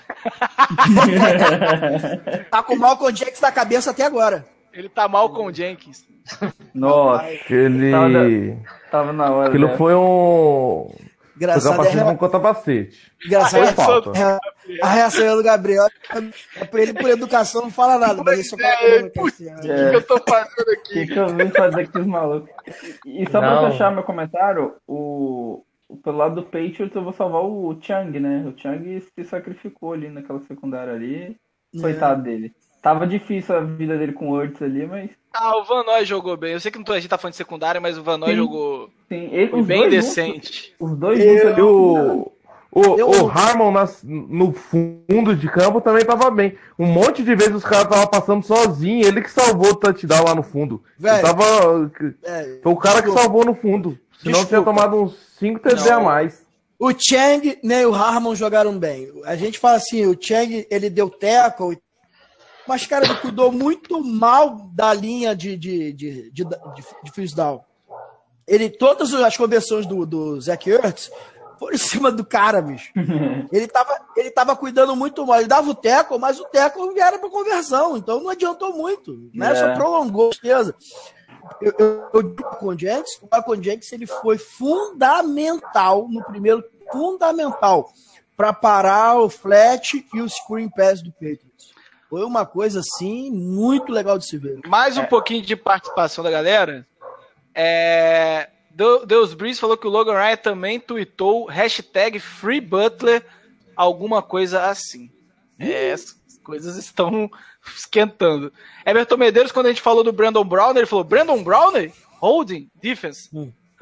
Tá com o Malcolm Jenkins na cabeça até agora.
Ele tá Malcolm Jenkins.
Nossa,
ele...
Tava, tava na hora.
Aquilo
né?
foi um...
Engraçado,
foi capacete
é...
com capacete.
Engraçado,
foi falta.
É... a reação do Gabriel é pra ele por educação não fala nada, mas isso
é, o que, que eu tô fazendo aqui?
O que, que eu vim fazer aqui, os malucos? E só não. Pra fechar meu comentário, o... pelo lado do Patriots eu vou salvar o Chang, né? O Chang se sacrificou ali naquela secundária ali. Coitado é. dele. Tava difícil a vida dele com o Hurts ali, mas...
Ah, o Van Noy jogou bem. Eu sei que não tô, a gente tá falando de secundária, mas o Van Noy
Sim.
jogou
Sim, ele,
foi
os
bem
dois
decente.
Juntos, os dois
Eu-
juntos ali,
O, o,
Eu-
o Harmon nas- no fundo de campo também tava bem. Um monte de vezes os caras estavam passando sozinho. Ele que salvou o touchdown lá no fundo. Ele
Velho.
tava,
É,
foi o cara que
desculpa.
salvou no fundo. Senão tinha
Desculpa.
tomado uns cinco T D a
Não.
mais.
O Chang nem o Harmon jogaram bem. A gente fala assim, o Chang, ele deu tackle, mas, cara, ele cuidou muito mal da linha de, de, de, de, de, de first down. Ele, todas as conversões do, do Zach Ertz foram em cima do cara, bicho. Ele tava, ele tava cuidando muito mal. Ele dava o tackle, mas o tackle era para conversão, então não adiantou muito. Né?
É.
Só prolongou, certeza. Eu, eu, eu digo com o Jenks, o Michael Jenks ele foi fundamental no primeiro, fundamental para parar o flat e o screen pass do Patriots. Foi uma coisa assim muito legal de se ver.
Mais um pouquinho de participação da galera. É... Deu- Deus Breeze falou que o Logan Ryan também tweetou hashtag Free Butler, alguma coisa assim. É, as coisas estão esquentando. Everton Medeiros, quando a gente falou do Brandon Brown, ele falou, Brandon Brown? Holding? Defense?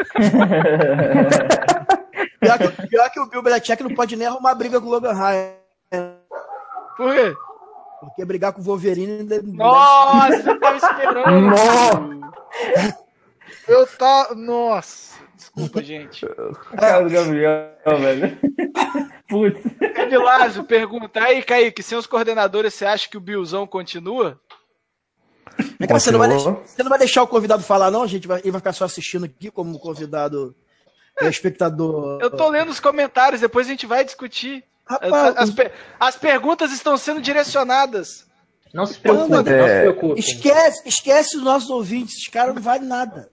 Pior que, pior que o Bill Belichick não pode nem arrumar briga com o Logan Ryan.
Por quê?
Porque brigar com o Wolverine... deve-
Nossa, eu tava esperando.
Nossa!
Eu tava... Nossa. Desculpa, gente.
cara do Gabriel, velho. Putz.
Evilásio pergunta, aí, Kaique, sem os coordenadores, você acha que o Billzão continua?
Vem cá, você, não vai
Continua.
deixar, você não vai deixar o convidado falar, não? A gente vai, ele vai ficar só assistindo aqui como convidado, é, espectador.
Eu tô lendo os comentários, depois a gente vai discutir.
Rapaz,
As, pe- as perguntas estão sendo direcionadas.
Não se preocupe, não se
É.
preocupe.
esquece, esquece os nossos ouvintes. Esses caras não valem nada.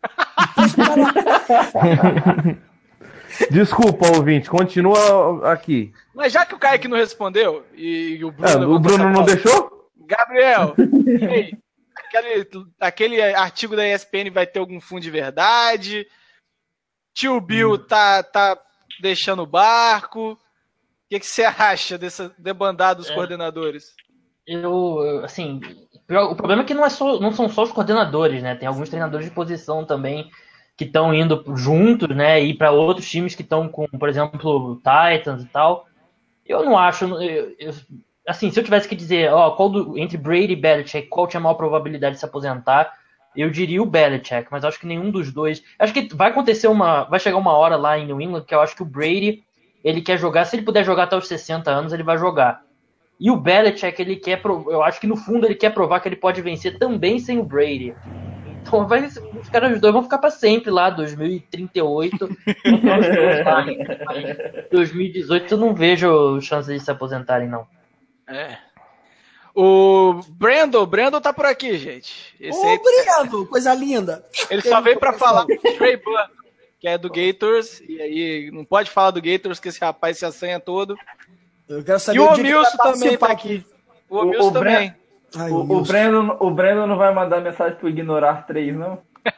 Desculpa, ouvinte, continua aqui.
Mas já que o Kaique não respondeu, e, e o Bruno...
Ah, o
levantou
Bruno
essa
não
bola,
deixou?
Gabriel, e aí? Aquele, aquele artigo da E S P N vai ter algum fundo de verdade? Tio Bill tá, tá deixando o barco? O que, que você acha dessa debandada dos
É.
coordenadores?
Eu, eu, assim, o problema é que não, é só, não são só os coordenadores, né? Tem alguns treinadores de posição também que estão indo juntos, né? E para outros times que estão com, por exemplo, Titans e tal. Eu não acho, eu, eu, assim, se eu tivesse que dizer, ó, qual do, entre Brady e Belichick, qual tinha a maior probabilidade de se aposentar, eu diria o Belichick, mas acho que nenhum dos dois. Acho que vai acontecer uma, vai chegar uma hora lá em New England que eu acho que o Brady, ele quer jogar, se ele puder jogar até os sessenta anos, ele vai jogar. E o Belichick, ele quer, eu acho que no fundo ele quer provar que ele pode vencer também sem o Brady. Então vai, os caras os dois vão ficar para sempre lá, dois mil e trinta e oito. Lá, em dois mil e dezoito eu não vejo chance de se aposentarem, não.
É. O Brandon, Brandon tá por aqui, gente. Esse aí,
Obrigado, coisa linda.
ele só veio pra falar do Trey Butler, que é do Gators, e aí não pode falar do Gators, que esse rapaz se assanha todo.
Eu quero saber
E o
dia que ele
Omilson
vai
também tá
participar
aqui. O
O-
Omilson
o
também.
Ai,
O, o,
Omilson.
Brandon, o Brandon não vai mandar mensagem pro ignorar três, não?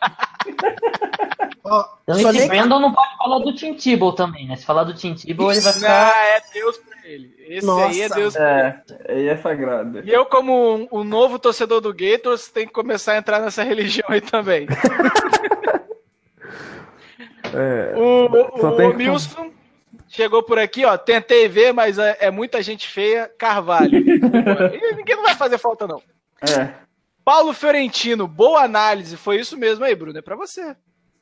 Ó,
Então,
só
esse
nem-
Brandon não pode falar do Tim Tebow também, né? Se falar do Tim Tebow, ele vai
Ah,
ficar...
é Deus pra ele. Esse
Nossa.
aí é Deus pra ele.
É, aí é sagrado.
E eu, como um, um novo torcedor do Gators, tenho que começar a entrar nessa religião aí também.
É,
O, o,
Só
o
tem que-
Milson chegou por aqui, ó. Tentei ver, mas é, é muita gente feia. Carvalho. E ninguém não vai fazer falta, não.
É.
Paulo Fiorentino, boa análise. Foi isso mesmo aí, Bruno. É pra você.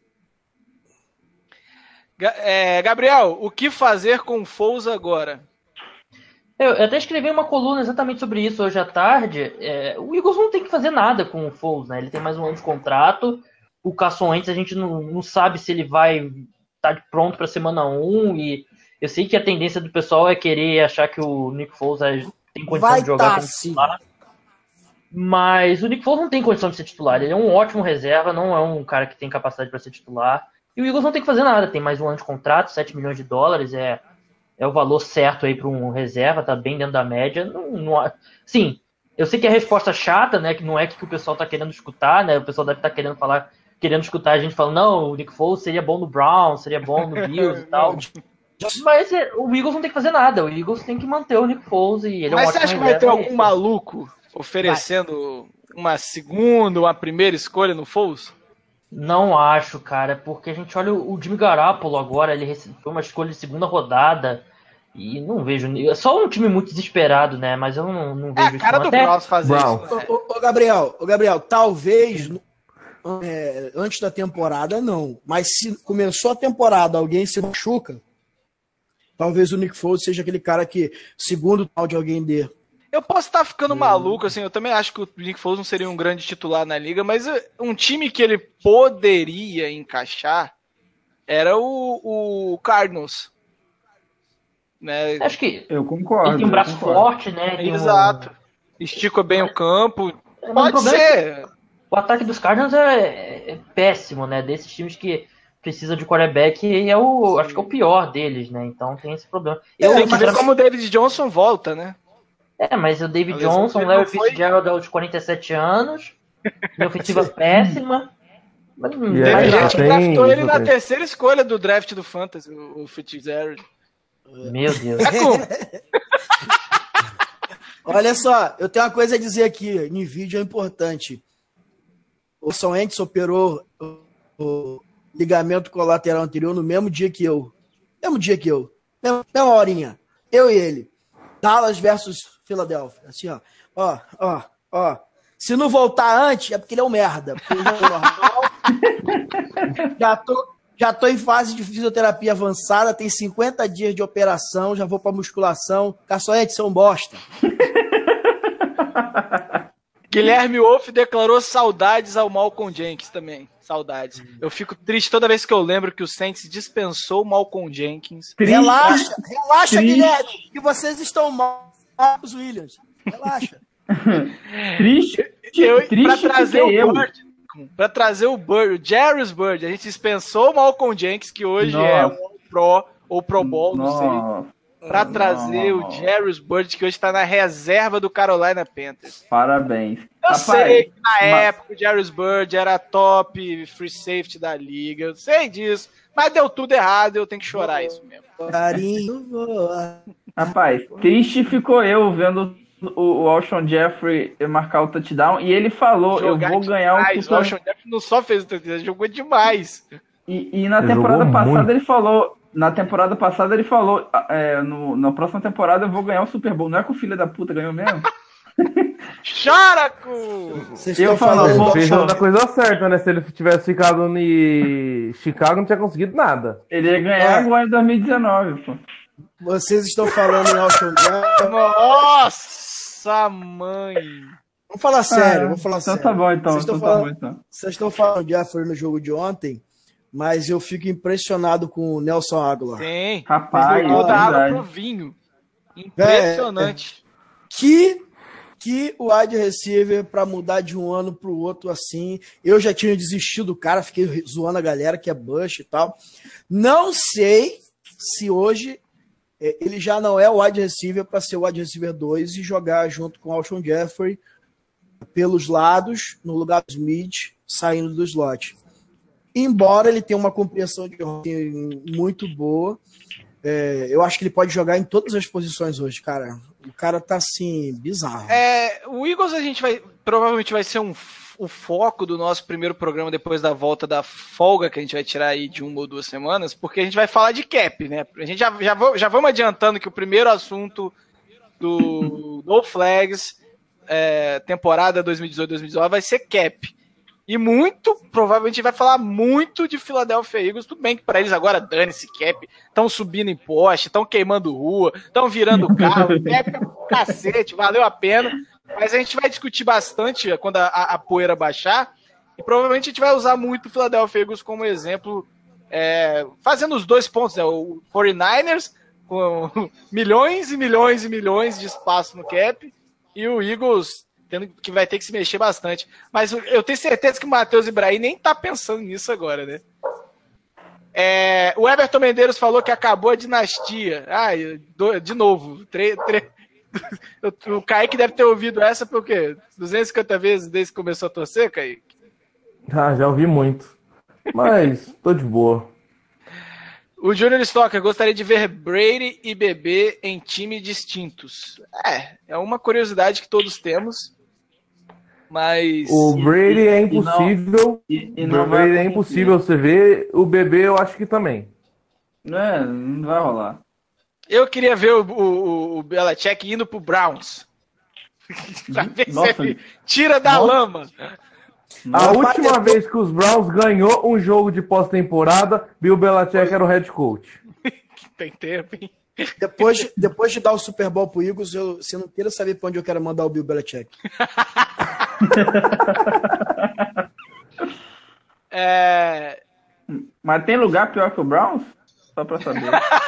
Ga- é, Gabriel, o que fazer com o Foles agora?
Eu, eu até escrevi uma coluna exatamente sobre isso hoje à tarde. É, o Eagles não tem que fazer nada com o Foles, né? Ele tem mais um ano de contrato. O Carson Wentz, a gente não, não sabe se ele vai estar pronto para semana um. E eu sei que a tendência do pessoal é querer achar que o Nick Foles é- tem condição
Vai
de jogar
tá,
como
sim.
titular. Mas o Nick Foles não tem condição de ser titular. Ele é um ótimo reserva, não é um cara que tem capacidade para ser titular. E o Eagles não tem que fazer nada. Tem mais um ano de contrato, sete milhões de dólares. É, é o valor certo aí para um reserva, tá bem dentro da média. Não, não, há- sim, eu sei que é a resposta chata, né? Que não é que o pessoal tá querendo escutar, né? O pessoal deve estar querendo falar, querendo escutar a gente falando, não, o Nick Foles seria bom no Browns, seria bom no Bills e tal. Mas é, o Eagles não tem que fazer nada. O Eagles tem que manter o Nick Foles e ele é um
Mas você
ótimo
acha que vai ter
reserva.
algum maluco oferecendo uma segunda, uma primeira escolha no Foles?
Não acho, cara, porque a gente olha o Jimmy Garoppolo agora, ele recebeu uma escolha de segunda rodada e não vejo. É só um time muito desesperado, né? Mas eu não, não vejo
É a cara
isso.
do
Até...
Browns fazer
Brown.
isso. Né?
Ô, ô, ô, Gabriel, ô, Gabriel, talvez é, antes da temporada não, mas se começou a temporada, alguém se machuca, talvez o Nick Foles seja aquele cara que segundo tal de alguém dê.
Eu posso estar ficando maluco, assim, eu também acho que o Nick Foles não seria um grande titular na liga, mas um time que ele poderia encaixar era o, o Cardinals. Né?
Acho que
Eu concordo.
ele tem um braço
eu concordo.
forte, né? Tem um-
Exato. Estica bem o campo.
Mas o
Pode
problema é
ser.
O ataque dos Cardinals é, é péssimo, né? Desses times que precisa de quarterback, e é o, acho que é o pior deles, né? Então tem esse problema. Eu,
Tem que ver
sinceramente-
como o David Johnson volta, né?
É, mas o David
A lesão
Johnson,
dele
Larry
não foi-
Fitzgerald aos quarenta e sete anos, minha ofensiva péssima. Mas,
E
mas-
aí,
Teve
já
gente que
tem
draftou ele
isso,
na
tem.
terceira escolha do draft do Fantasy, o o Fitzgerald.
Meu Deus.
É como?
Olha só, eu tenho uma coisa a dizer aqui, em vídeo é importante. O Son Wentz operou o, o ligamento colateral anterior no mesmo dia que eu. Mesmo dia que eu. Mesma, mesma horinha. Eu e ele. Dallas versus Philadelphia. Assim, ó. Ó, ó, ó. Se não voltar antes, é porque ele é um merda. Porque eu já tô normal. já, tô, já tô em fase de fisioterapia avançada, tem cinquenta dias de operação, já vou pra musculação. Caçoete, são bosta.
Guilherme Wolff declarou saudades ao Malcolm Jenkins também. Saudades. Eu fico triste toda vez que eu lembro que o Saints dispensou o Malcolm Jenkins.
Triste,
Relaxa, relaxa,
triste.
Guilherme, que vocês estão mal, Marcos Williams. Relaxa.
triste,
Eu, pra
triste
trazer
fiquei
o
eu.
Bird, pra trazer o Bird, o Jarvis Bird, a gente dispensou o Malcolm Jenkins, que hoje
Nossa.
é um Pro ou Pro Bowl, não sei.
Nossa,
Pra trazer
não.
o Jarvis Bird, que hoje tá na reserva do Carolina Panthers.
Parabéns.
Eu
Rapaz,
sei que na
ma-
época o Jarvis Bird era top free safety da liga, eu sei disso, mas deu tudo errado, eu tenho que chorar isso mesmo.
Carinho, voa.
Rapaz, triste ficou eu vendo o, o Alshon Jeffrey marcar o touchdown e ele falou,
Jogar
eu vou ganhar o
demais, o Alshon
Super...
Jeffrey não só fez o touchdown, ele jogou demais.
E, e na
Ele
temporada
jogou
passada
muito.
ele falou, na temporada passada ele falou, é, no, na próxima temporada eu vou ganhar o Super Bowl. Não é que o filho da puta ganhou mesmo?
Chora, cu!
Vocês
Eu
estão
falo,
falando
pô,
do
Fez
Alshon-
a coisa certa, né? Se ele tivesse ficado em Chicago, não tinha conseguido nada.
Ele ia ganhar
É.
agora em dois mil e dezenove, pô.
Vocês estão falando em Alshon Jeffrey.
Nossa, mãe!
Vamos falar sério,
Ah,
vamos falar
então
sério.
tá bom, então.
Vocês
Então
estão
tá bom,
falando,
então.
vocês estão falando de Jeffrey no jogo de ontem, mas eu fico impressionado com o Nelson Aguilar.
Sim,
Rapaz,
mudou
é
da água
verdade.
pro vinho. Impressionante.
Que, que o wide receiver para mudar de um ano para o outro assim. Eu já tinha desistido do cara, fiquei zoando a galera que é Bush e tal. Não sei se hoje é, ele já não é o wide receiver para ser o wide receiver dois e jogar junto com o Alshon Jeffrey pelos lados, no lugar do Smith, saindo do slot. Embora ele tenha uma compreensão de rota muito boa, é, eu acho que ele pode jogar em todas as posições hoje, cara. O cara tá assim, bizarro.
É, o Eagles a gente vai. Provavelmente vai ser um, o foco do nosso primeiro programa depois da volta da folga que a gente vai tirar aí de uma ou duas semanas, porque a gente vai falar de cap, né? A gente já, já, já vamos adiantando que o primeiro assunto do No Flags, é, temporada dois mil e dezoito dois mil e dezenove, vai ser cap. E muito, provavelmente vai falar muito de Philadelphia Eagles. Tudo bem que para eles agora dane-se cap, estão subindo em poste, estão queimando rua, estão virando carro, cap é um cacete, valeu a pena. Mas a gente vai discutir bastante quando a, a, a poeira baixar, e provavelmente a gente vai usar muito o Philadelphia Eagles como exemplo, é, fazendo os dois pontos, né? O quarenta e nine ers com milhões e milhões e milhões de espaço no cap, e o Eagles tendo que vai ter que se mexer bastante. Mas eu tenho certeza que o Matheus Ibrahim nem tá pensando nisso agora, né? É, o Everton Medeiros falou que acabou a dinastia. Ah, de novo. Tre, tre... O Kaique deve ter ouvido essa por quê? duzentas e cinquenta vezes desde que começou a torcer, Kaique?
Ah, já ouvi muito. Mas tô de boa.
O Júnior Stocker gostaria de ver Brady e Bebê em times distintos. É, é uma curiosidade que todos temos. Mas.
O Brady
e-
é
e não-
impossível.
E, e
O
não vai
Brady é
acontecer.
impossível você ver. O bebê eu acho que também.
Não, é, não vai rolar.
Eu queria ver o, o, o Belichick indo pro Browns. pra ver
Nossa.
se ele tira da
Nossa.
lama.
A
Nossa,
última vez que os Browns ganhou um jogo de pós-temporada, Bill Belichick era o head coach.
Tem tempo, hein?
Depois, de- depois de dar o Super Bowl pro Eagles, eu, você não queira saber pra onde eu quero mandar o Bill Belichick.
É,
Mas tem lugar pior que o Browns? Só pra saber.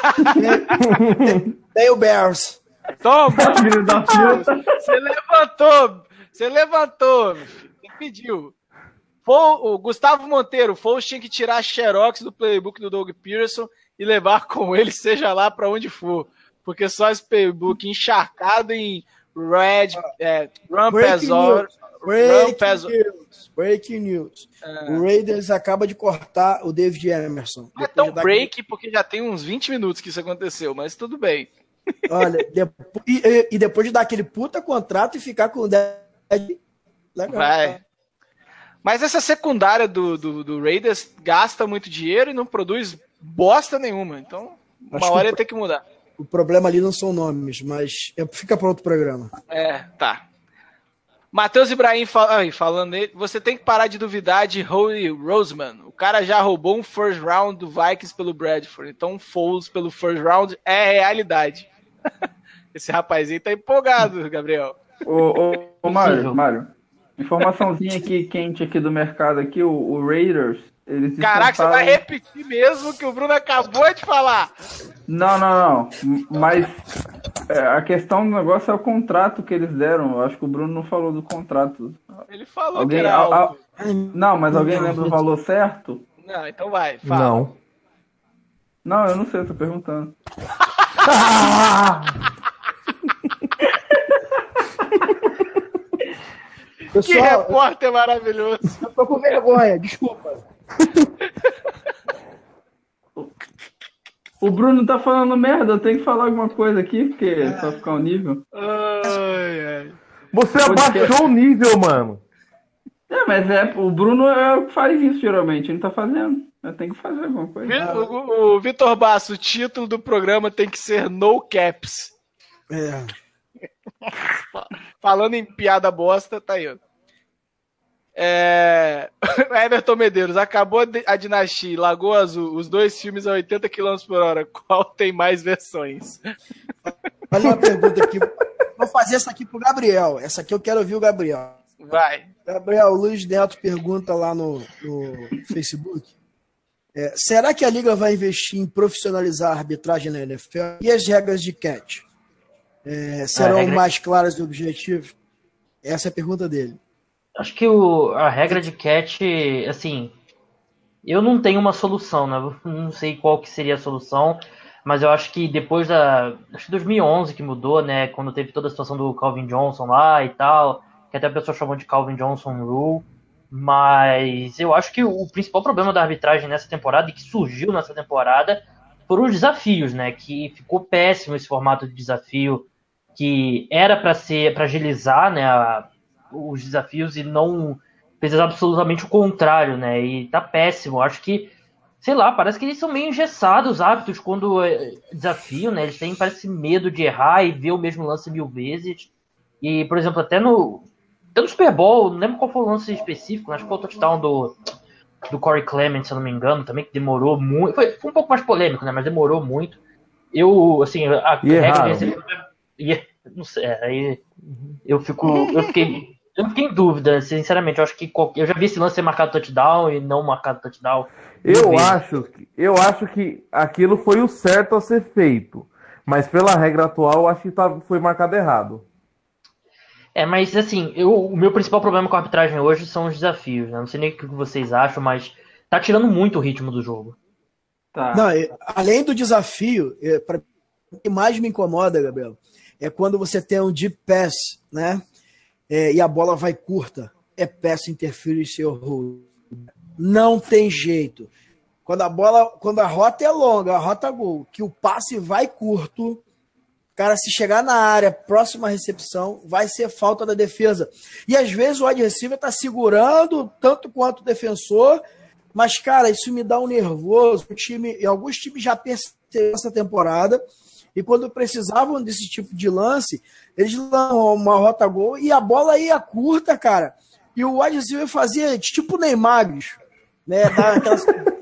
Tem o Bears.
toma!
Filho da puta.
Você levantou! Você levantou! meu filho. Você pediu. Fo- o Gustavo Monteiro, o Foles tinha que tirar a xerox do playbook do Doug Pearson e levar com ele, seja lá pra onde for. Porque só esse playbook encharcado em red, é, run pass
Breaking
or-
news.
run
Breaking
pass-
news. Breaking news. O Raiders acaba de cortar o David Emerson.
Não é
Depois
tão
de dar
break, porque já tem uns vinte minutos que isso aconteceu, mas tudo bem.
aquele- Olha, depo- e, e- e depois de dar aquele puta contrato e ficar com o dez. Legal.
Vai. Mas essa secundária do, do, do Raiders gasta muito dinheiro e não produz bosta nenhuma. Então, uma
Acho que
hora
o
ia ter que mudar.
O problema ali não são nomes, mas é- fica para outro programa.
É, tá. Matheus Ibrahim fal- ai, falando nele, você tem que parar de duvidar de Howie Roseman. O cara já roubou um first round do Vikings pelo Bradford. Então, um Foles pelo first round é realidade. Esse rapazinho tá empolgado, Gabriel.
Ô, ô, ô Mário,
Possível.
Mário, informaçãozinha aqui quente aqui do mercado aqui, o, o Raiders, eles
Caraca, você vai
disputaram-
repetir mesmo o que o Bruno acabou de falar.
Não, não, não. Mas é, a questão do negócio é o contrato que eles deram. Eu acho que o Bruno não falou do contrato.
Ele falou
Alguém,
que era
a- a-
alto.
não, mas alguém lembra o valor certo?
Não, então vai, fala.
Não.
Não, eu não sei, eu tô perguntando.
Que
Pessoal,
repórter maravilhoso.
eu tô com vergonha, desculpa.
O Bruno tá falando merda, eu tenho que falar alguma coisa aqui, porque só ficar o nível.
Ai, ai.
Você
Podcast.
abaixou o nível, mano.
É, mas é, o Bruno é o que faz isso geralmente, ele não tá fazendo. Eu tenho que fazer alguma coisa.
Vi- O, o Vitor Basso, o título do programa tem que ser No Caps.
É.
Falando em piada bosta, tá aí, ó. É... Everton Medeiros, acabou a dinastia, Lagoa Azul, os dois filmes a oitenta quilômetros por hora. Qual tem mais versões?
Olha uma pergunta aqui. Vou fazer essa aqui pro Gabriel. Essa aqui eu quero ouvir o Gabriel.
Vai.
Gabriel, o Luiz Neto pergunta lá no, no Facebook. É, será que a Liga vai investir em profissionalizar a arbitragem na N F L? E as regras de catch? É, serão
A regra-
mais claras e objetivas? Essa é a pergunta dele.
Acho que o, a regra de catch, assim, eu não tenho uma solução, né? Eu não sei qual que seria a solução, mas eu acho que depois da, acho que dois mil e onze que mudou, né? Quando teve toda a situação do Calvin Johnson lá e tal, que até a pessoa chamou de Calvin Johnson Rule, mas eu acho que o principal problema da arbitragem nessa temporada e que surgiu nessa temporada foram os desafios, né? Que ficou péssimo esse formato de desafio, que era para ser, para agilizar, né? A, os desafios e não fez absolutamente o contrário, né? E tá péssimo. Acho que, sei lá, parece que eles são meio engessados, os árbitros, quando é desafio, né? Eles têm, parece, medo de errar e ver o mesmo lance mil vezes. E, por exemplo, até no, até no Super Bowl, não lembro qual foi o lance específico, acho que foi o touchdown do, do Corey Clement, se eu não me engano, também, que demorou muito. Foi, foi um pouco mais polêmico, né? Mas demorou muito. Eu, assim, a
E
regra
erraram.
desse. E, não sei, aí eu fico. Eu fiquei. Eu fiquei em dúvida, sinceramente. Eu acho que qualquer, eu já vi esse lance ser marcado touchdown e não marcado touchdown.
Eu
Mil vezes.
acho, que- eu acho que aquilo foi o certo a ser feito. Mas pela regra atual, eu acho que tá, foi marcado errado.
É, mas assim, eu, o meu principal problema com a arbitragem hoje são os desafios, né? Não sei nem o que vocês acham, mas tá tirando muito o ritmo do jogo.
Tá.
Não, é, além do desafio, é, pra, o que mais me incomoda, Gabriel, é quando você tem um deep pass, né? É, e a bola vai curta. É pass interference or hold. Não tem jeito. Quando a bola, quando a rota é longa, a rota gol, que o passe vai curto, Cara, se chegar na área, próxima recepção, vai ser falta da defesa. E às vezes o wide receiver tá segurando tanto quanto o defensor, mas, cara, isso me dá um nervoso. O time, e alguns times já perceberam essa temporada, e quando precisavam desse tipo de lance, eles lançam uma rota gol e a bola ia curta, cara. E o wide receiver fazia tipo Neymar, bicho, né? Dá aquelas...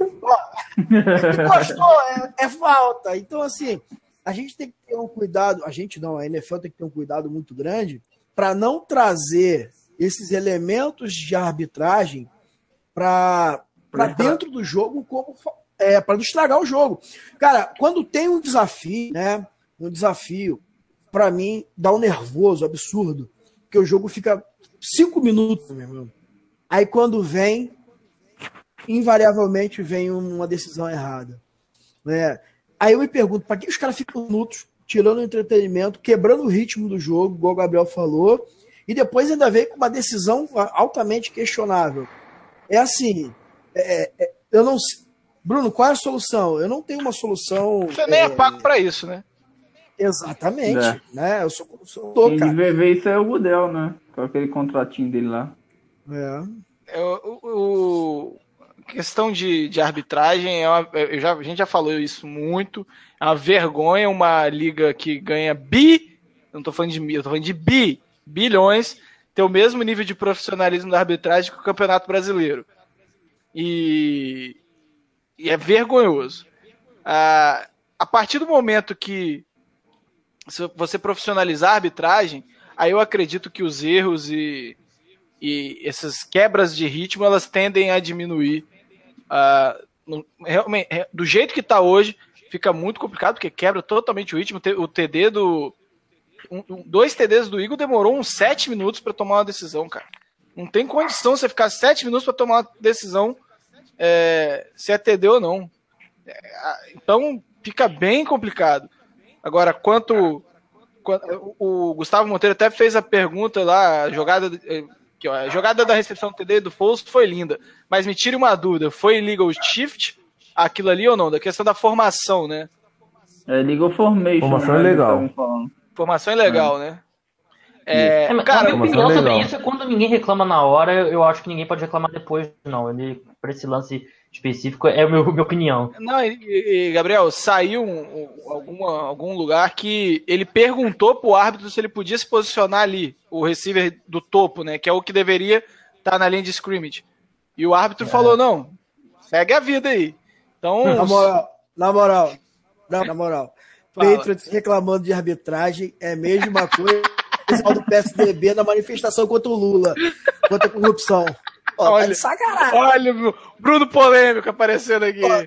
Gostou, é, é falta. Então, assim, a gente tem que ter um cuidado, a gente não, a N F L tem que ter um cuidado muito grande para não trazer esses elementos de arbitragem para dentro do jogo, como é, para não estragar o jogo. Cara, quando tem um desafio, né? Um desafio, para mim, dá um nervoso absurdo, porque o jogo fica cinco minutos, meu irmão. Aí quando vem, invariavelmente vem uma decisão errada, né? Aí eu me pergunto, para que os caras ficam minutos tirando o entretenimento, quebrando o ritmo do jogo, igual o Gabriel falou, e depois ainda vem com uma decisão altamente questionável. É assim, é, é, eu não sei. Bruno, qual é a solução? Eu não tenho uma solução.
Você nem é, é pago para isso, né?
Exatamente, é. Né? Eu sou, sou
tô, Quem cara. Quem ver isso é o Goodell, né? Com aquele contratinho dele lá.
É. O, o, questão de, de arbitragem, é uma, eu já, a gente já falou isso muito. É uma vergonha uma liga que ganha bi, eu não tô falando de mil, eu tô falando de bi, bilhões, ter o mesmo nível de profissionalismo da arbitragem que o Campeonato Brasileiro. E, e é vergonhoso. Ah, a partir do momento que se você profissionalizar a arbitragem, aí eu acredito que os erros e, e essas quebras de ritmo, elas tendem a diminuir. Uh, no, realmente, do jeito que está hoje, fica muito complicado, porque quebra totalmente o ritmo. O T D do... Um, dois T Ds do Eagle demorou uns sete minutos para tomar uma decisão, cara. Não tem condição você ficar sete minutos para tomar uma decisão é, se é T D ou não. É, então, fica bem complicado. Agora, quanto, quanto... O Gustavo Monteiro até fez a pergunta lá, a jogada, aqui, ó, a jogada da recepção do T D do Foles foi linda, mas me tire uma dúvida, foi legal shift aquilo ali ou não? Da questão da formação, né?
É legal formation.
Formação é legal.
Formação é legal, é. né?
É, é, cara, a minha opinião sobre legal. Isso é quando ninguém reclama na hora, eu acho que ninguém pode reclamar depois, não. Ele, pra esse lance específico, é a minha, minha opinião.
Não, e, e, Gabriel, saiu um, um, alguma, algum lugar que ele perguntou pro árbitro se ele podia se posicionar ali, o receiver do topo, né? Que é o que deveria estar na linha de scrimmage. E o árbitro é. falou, não, segue a vida aí. Então,
na moral, na moral, na, na moral, Patriots reclamando de arbitragem é a mesma coisa do P S D B na manifestação contra o Lula, contra a corrupção. Ó,
olha,
tá de sacanagem.
Olha, meu, Bruno Polêmico aparecendo aqui. Ó,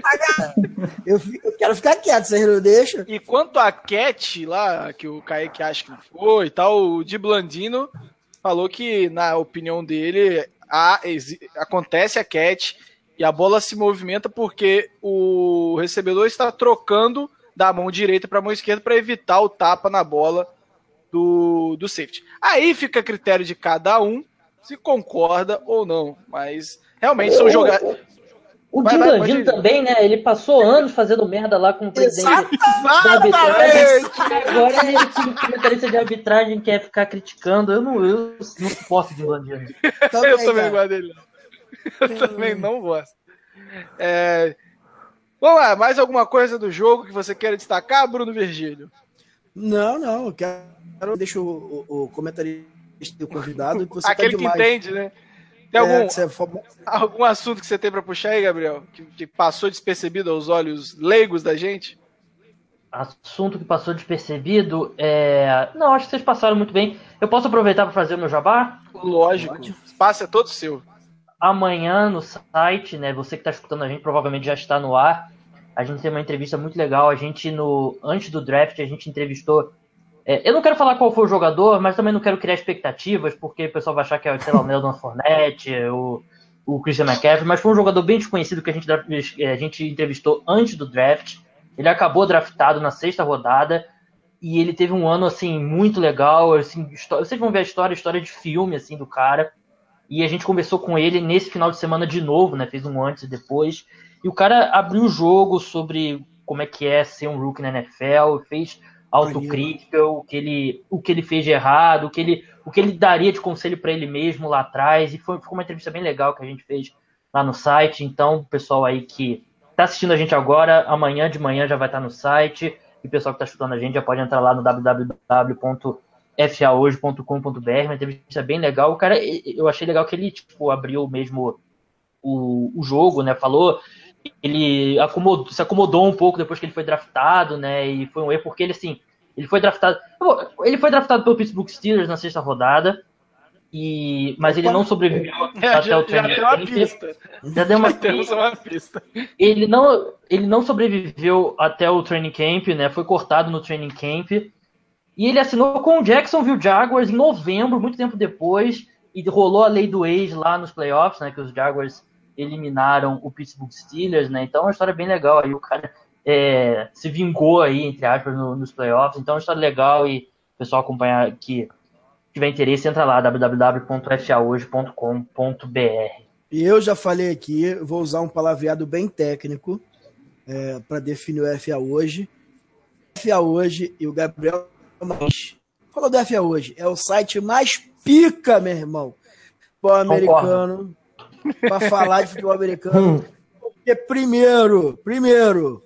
eu, eu quero ficar quieto, vocês não deixam.
E quanto a Cat lá, que o Kaique acha que não foi e tal, o Di Blandino falou que, na opinião dele, a, acontece a Cat e a bola se movimenta porque o recebedor está trocando da mão direita para a mão esquerda para evitar o tapa na bola do, do safety. Aí fica a critério de cada um se concorda ou não, mas realmente são jogadas.
O Di Blandino também, né? Ele passou anos fazendo merda lá com o presidente da arbitragem. Agora ele tem comentarista de arbitragem que quer ficar criticando. Eu não, eu não suporto o Di Blandino.
Eu também gosto dele. Eu também não gosto. É... Vamos lá, mais alguma coisa do jogo que você queira destacar, Bruno Virgílio?
Não, não, eu quero. Deixa o, o, o comentarista do convidado. Que você
Aquele
tá
que entende, né? Tem algum,
é, você...
algum assunto que você tem para puxar aí, Gabriel? Que, que passou despercebido aos olhos leigos da gente?
Assunto que passou despercebido? É... Não, acho que vocês passaram muito bem. Eu posso aproveitar para fazer o meu jabá?
Lógico. O espaço é todo seu.
Amanhã no site, né? Você que está escutando a gente provavelmente já está no ar. A gente tem uma entrevista muito legal. A gente, no antes do draft, a gente entrevistou... É, eu não quero falar qual foi o jogador, mas também não quero criar expectativas, porque o pessoal vai achar que é, sei lá, o Neldon Fournette, o, o Christian McCaffrey, mas foi um jogador bem desconhecido que a gente, a gente entrevistou antes do draft. Ele acabou draftado na sexta rodada e ele teve um ano, assim, muito legal. Assim, história, vocês vão ver a história, história de filme, assim, do cara. E a gente conversou com ele nesse final de semana de novo, né? Fez um antes e depois. E o cara abriu o jogo sobre como é que é ser um rookie na N F L, fez autocrítica, o que ele, o que ele fez de errado, o que ele, o que ele daria de conselho para ele mesmo lá atrás. E foi, ficou uma entrevista bem legal que a gente fez lá no site. Então, o pessoal aí que está assistindo a gente agora, amanhã de manhã já vai estar no site. E o pessoal que está escutando a gente já pode entrar lá no w w w ponto f a hoje ponto com ponto b r. Uma entrevista bem legal. O cara, eu achei legal que ele tipo, abriu mesmo o, o jogo, né? Falou, ele acomodou, se acomodou um pouco depois que ele foi draftado, né? E foi um erro porque ele assim, ele foi draftado, ele foi draftado pelo Pittsburgh Steelers na sexta rodada. E, mas ele não sobreviveu
é,
até
já,
o training
já deu uma
camp.
pista.
Já deu uma,
já temos uma pista.
Ele não, ele não sobreviveu até o training camp, né? Foi cortado no training camp. E ele assinou com o Jacksonville Jaguars em novembro, muito tempo depois, e rolou a lei do ex lá nos playoffs, né? Que os Jaguars eliminaram o Pittsburgh Steelers, né? Então é uma história bem legal. Aí o cara é, se vingou aí, entre aspas, no, nos playoffs. Então é uma história legal e o pessoal acompanhar aqui. Tiver interesse, entra lá, w w w ponto f a hoje ponto com ponto b r.
E eu já falei aqui, vou usar um palavreado bem técnico é, para definir o F A hoje. F A hoje e o Gabriel falou do F A hoje, é o site mais pica, meu irmão, futebol americano, para falar de futebol americano. Porque primeiro, primeiro,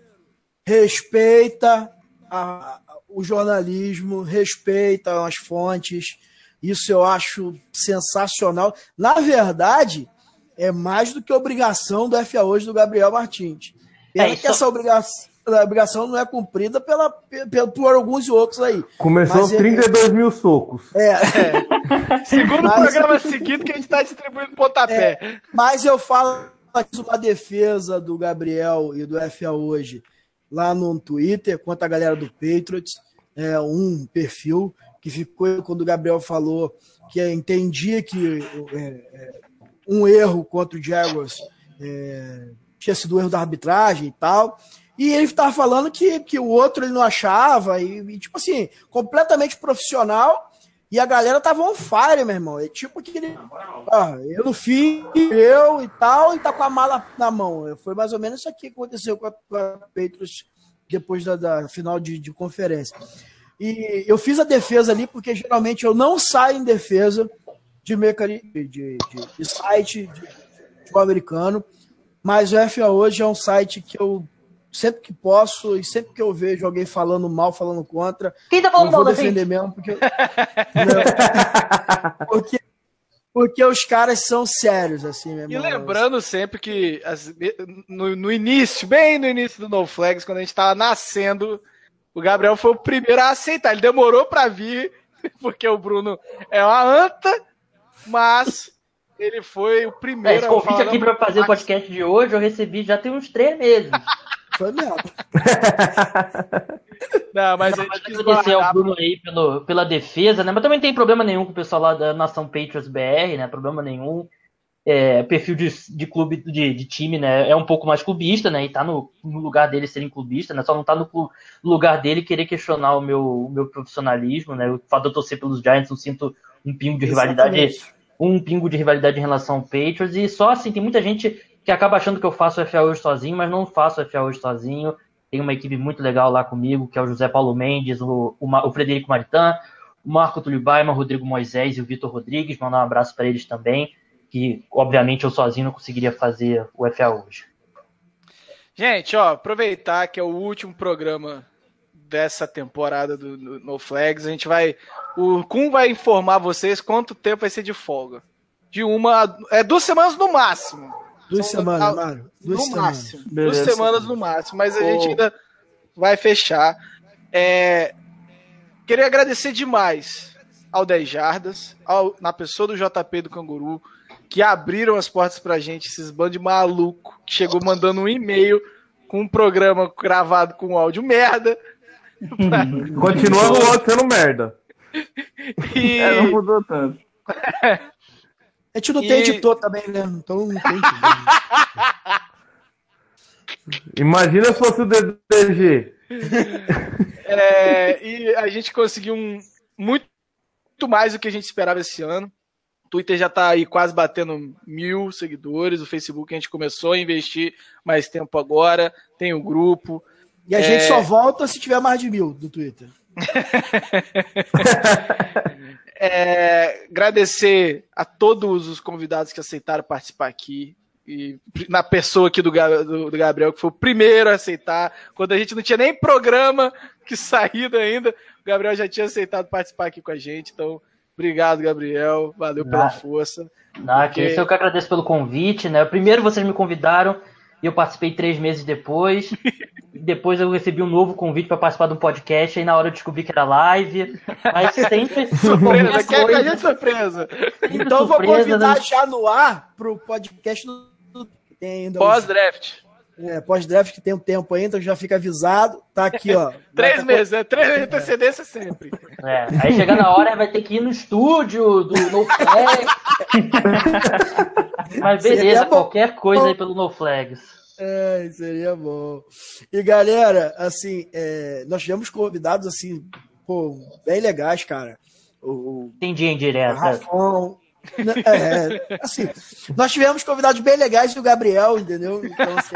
respeita a, o jornalismo, respeita as fontes. Isso eu acho sensacional. Na verdade, é mais do que obrigação do F A hoje do Gabriel Martins. Pena é, que essa obrigação, a obrigação não é cumprida pela, pela, por alguns outros aí.
Começou mas trinta e dois é, mil socos.
É. é. Segundo mas, programa seguido que a gente está distribuindo pontapé.
É, mas eu falo uma defesa do Gabriel e do F A hoje lá no Twitter, quanto a galera do Patriots, é, um perfil que ficou quando o Gabriel falou que entendia que é, é, um erro contra o Jaguars é, tinha sido um erro da arbitragem e tal, e ele estava falando que, que o outro ele não achava, e, e tipo assim, completamente profissional, e a galera tava on fire, meu irmão, é tipo que ele, ah, eu não fiz, eu e tal, e tá com a mala na mão. Foi mais ou menos isso aqui que aconteceu com a, com a Patriots depois da, da final de, de conferência. E eu fiz a defesa ali porque geralmente eu não saio em defesa de, mecani... de, de, de site de futebol americano, mas o F A hoje é um site que eu sempre que posso e sempre que eu vejo alguém falando mal, falando contra,
Quem tá falando
eu vou
mal
defender mesmo porque, não, porque porque os caras são sérios assim mesmo.
E lembrando sempre que as, no, no início, bem no início do No Flags, quando a gente tava nascendo, o Gabriel foi o primeiro a aceitar. Ele demorou para vir, porque o Bruno é uma anta, mas ele foi o primeiro.
É, esse convite aqui para fazer o podcast de hoje eu recebi já tem uns três meses.
Foi mesmo.
Não, mas
Não,
a gente
mas agradecer ao Bruno aí pelo, pela defesa, né? Mas também tem problema nenhum com o pessoal lá da Nação Patriots B R, né? Problema nenhum. É, perfil de, de clube, de, de time, né? É um pouco mais clubista, né? E tá no, no lugar dele serem clubista, né? Só não tá no, no lugar dele querer questionar o meu, o meu profissionalismo, né? O fato de eu torcer pelos Giants, não sinto um pingo de rivalidade, Exatamente. um pingo de rivalidade em relação ao Patriots. E só assim, tem muita gente que acaba achando que eu faço o F A hoje sozinho, mas não faço o F A hoje sozinho. Tem uma equipe muito legal lá comigo, que é o José Paulo Mendes, o, o, o Frederico Maritan, o Marco Túlio Baima, o Rodrigo Moisés e o Vitor Rodrigues. Mandar um abraço para eles também, que obviamente eu sozinho não conseguiria fazer o F A hoje.
Gente, ó, aproveitar que é o último programa dessa temporada do, do No Flags, a gente vai, o Kun vai informar vocês quanto tempo vai ser de folga. De uma, é duas semanas no máximo.
Duas
São,
semanas, Mário. Duas
no
semanas.
máximo. Duas semanas no máximo, mas a oh. gente ainda vai fechar. É, queria agradecer demais ao dez Jardas, ao, na pessoa do J P do Canguru, que abriram as portas pra gente, esses bandos de maluco, que chegou mandando um e-mail com um programa gravado com áudio merda.
Pra... Continua no áudio sendo merda.
E... É, não mudou tanto.
A gente não e... tem editor também, né? Então não tem editor.
Imagina se fosse o D D G.
É, e a gente conseguiu um, muito mais do que a gente esperava esse ano. O Twitter já está aí quase batendo mil seguidores. O Facebook a gente começou a investir mais tempo agora. Tem o grupo.
E a é... gente só volta se tiver mais de mil no Twitter.
é, agradecer a todos os convidados que aceitaram participar aqui. E na pessoa aqui do, do, do Gabriel, que foi o primeiro a aceitar. Quando a gente não tinha nem programa que saído ainda, o Gabriel já tinha aceitado participar aqui com a gente. Então, obrigado, Gabriel. Valeu pela ah, força.
Ah, porque... Isso eu que agradeço pelo convite, né? Primeiro vocês me convidaram e eu participei três meses depois. Depois eu recebi um novo convite para participar de um podcast. Aí na hora eu descobri que era live. Mas sempre.
Surpresa, quer que a gente surpresa. Então vou convidar né? já no ar pro podcast do
pós-draft.
É, pós-draft que tem um tempo ainda, então já fica avisado. Tá aqui, ó.
Três meses, é três meses de antecedência sempre.
É, aí chega na hora, vai ter que ir no estúdio do NoFlags. Mas beleza, qualquer coisa aí pelo NoFlags.
É, seria bom. E galera, assim, é, nós tivemos convidados assim, pô, bem legais, cara. O,
Entendi em direto.
Rafão. É, assim, nós tivemos convidados bem legais do Gabriel, entendeu? Então, assim,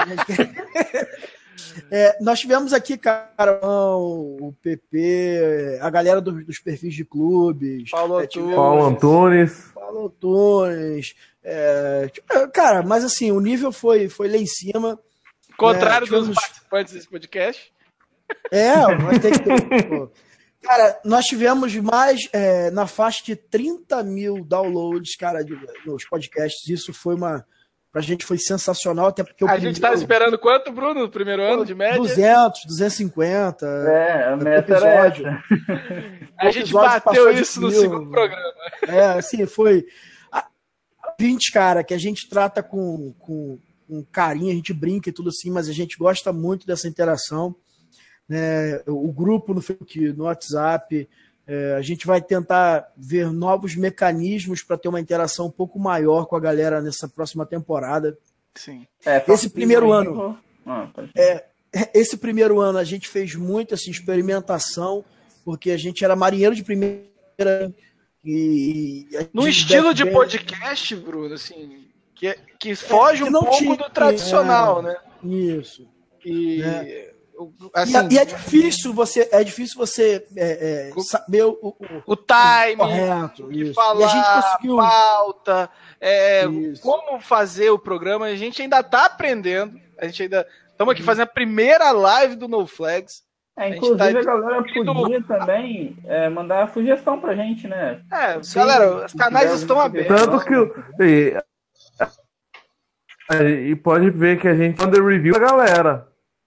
é, nós tivemos aqui, cara, o P P, a galera do, dos perfis de clubes,
Paulo
é,
Antunes,
Paulo Antunes,
Paulo Antunes, é, cara, mas assim, o nível foi, foi lá em cima.
Contrário né? dos tivemos... participantes desse podcast.
É, mas tem que ter, pô. Cara, nós tivemos mais é, na faixa de trinta mil downloads, cara, de, nos podcasts. Isso foi uma. Pra gente foi sensacional, até porque o
A primeiro, gente tava esperando quanto, Bruno, no primeiro ano de média?
duzentos, duzentos e cinquenta.
É, a meta era essa.
A gente bateu isso no segundo programa.
É, assim, foi. vinte, cara, que a gente trata com, com, com carinho, a gente brinca e tudo assim, mas a gente gosta muito dessa interação. Né, o grupo no Facebook, no WhatsApp, é, a gente vai tentar ver novos mecanismos para ter uma interação um pouco maior com a galera nessa próxima temporada.
Sim.
É, esse primeiro ano, ah, é, esse primeiro ano a gente fez muito assim, experimentação, porque a gente era marinheiro de primeira e, e
no estilo de bem... podcast, Bruno, assim, que, que foge é, que um pouco tinha, do tradicional,
é,
né?
Isso.
E
é.
Assim,
e, e é difícil você, é difícil você é, é, saber o, o,
o time,
correto,
e falar, e a gente conseguiu... pauta, é, como fazer o programa. A gente ainda está aprendendo. A gente ainda estamos aqui fazendo a primeira live do NoFlags.
É, inclusive a, tá... a galera podia do... também é, mandar sugestão pra gente, né?
É, sim, galera, os canais estão abertos.
Tanto que e, e pode ver que a gente manda review da galera.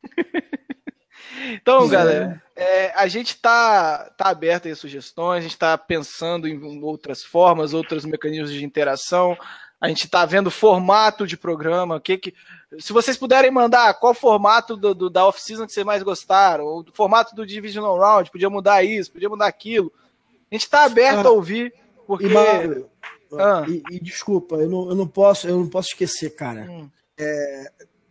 Então, é. galera, é, a gente tá, tá aberto a sugestões, a gente está pensando em outras formas, outros mecanismos de interação, a gente está vendo formato de programa, que que, se vocês puderem mandar qual formato do, do, da off-season que vocês mais gostaram, ou do formato do Divisional Round, podia mudar isso, podia mudar aquilo, a gente está aberto ah, a ouvir, porque...
E, ah. e, e desculpa, eu não, eu, não posso, eu não posso esquecer, cara, hum. é...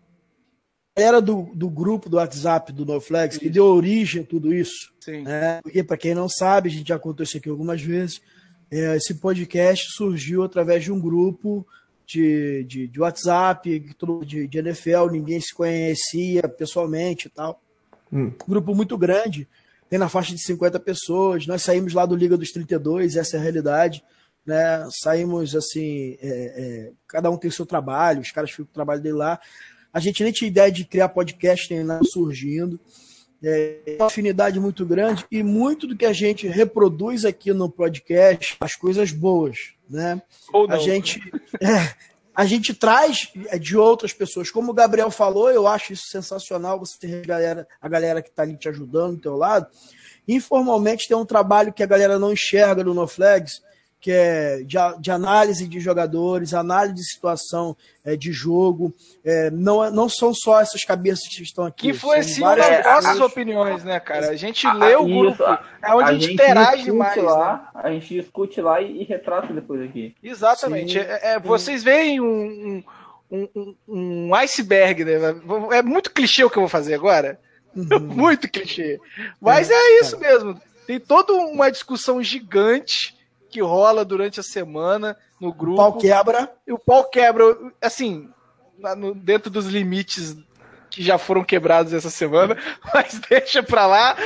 Era do, do grupo do WhatsApp do NoFlags que deu origem a tudo isso.
Sim.
Né? Porque, para quem não sabe, a gente já contou isso aqui algumas vezes, é, esse podcast surgiu através de um grupo de, de, de WhatsApp, de, de N F L, ninguém se conhecia pessoalmente e tal. Hum. Um grupo muito grande, tem na faixa de cinquenta pessoas. Nós saímos lá do Liga dos trinta e dois, essa é a realidade. Né? Saímos assim, é, é, cada um tem seu trabalho, os caras ficam com o trabalho dele lá. A gente nem tinha ideia de criar podcast, tem nada surgindo. É uma afinidade muito grande e muito do que a gente reproduz aqui no podcast, as coisas boas, né?
Ou não.
A gente, é, a gente traz de outras pessoas. Como o Gabriel falou, eu acho isso sensacional, você ter a galera, a galera que está ali te ajudando do teu lado. Informalmente tem um trabalho que a galera não enxerga no NoFlags, que é de, de análise de jogadores, análise de situação é, de jogo. É, não, não são só essas cabeças que estão aqui.
Que influenciam as nossas opiniões, né, cara? A gente a, lê o grupo, é onde a, a gente interage mais.
Lá,
né?
A gente discute lá e, e retrata depois aqui.
Exatamente. É, é, vocês veem um, um, um, um iceberg, né? É muito clichê o que eu vou fazer agora. Uhum. Muito clichê. Mas é, é isso é. mesmo. Tem toda uma discussão gigante que rola durante a semana no grupo.
O pau quebra.
E o pau quebra, assim, no, dentro dos limites que já foram quebrados essa semana, mas deixa pra lá.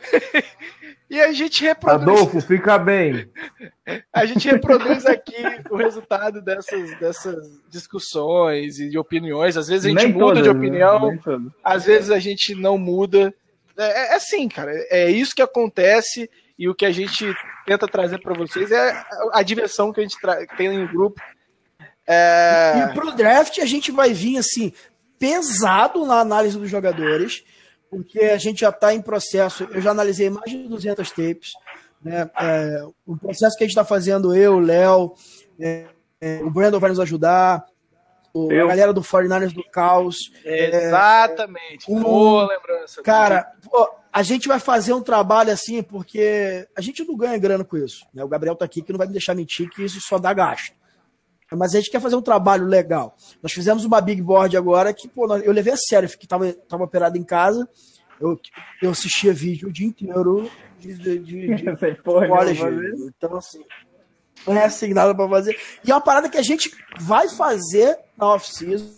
E a gente reproduz.
Adolfo, fica bem.
A gente reproduz aqui o resultado dessas, dessas discussões e de opiniões. Às vezes a gente
Nem
muda
todas,
de
né?
opinião,
Nem todas.
às vezes a gente não muda. É, é assim, cara. É isso que acontece e o que a gente tenta trazer para vocês é a, a diversão que a gente tra- tem em grupo. É...
E pro draft a gente vai vir assim, pesado na análise dos jogadores, porque a gente já está em processo. Eu já analisei mais de duzentas tapes. Né? É, o processo que a gente está fazendo, eu, o Léo, é, é, o Brandon vai nos ajudar, o, a galera do quarenta e nine ers do Caos.
Exatamente.
É, um,
Boa lembrança.
Cara, pô, a gente vai fazer um trabalho assim, porque a gente não ganha grana com isso. Né? O Gabriel tá aqui que não vai me deixar mentir que isso só dá gasto. Mas a gente quer fazer um trabalho legal. Nós fizemos uma big board agora que, pô, eu levei a sério, que tava, tava operado em casa, eu, eu assistia vídeo o dia inteiro de, de, de, de
Porra,
college.
não,
Então, assim, não é assim nada pra fazer. E é uma parada que a gente vai fazer na off-season,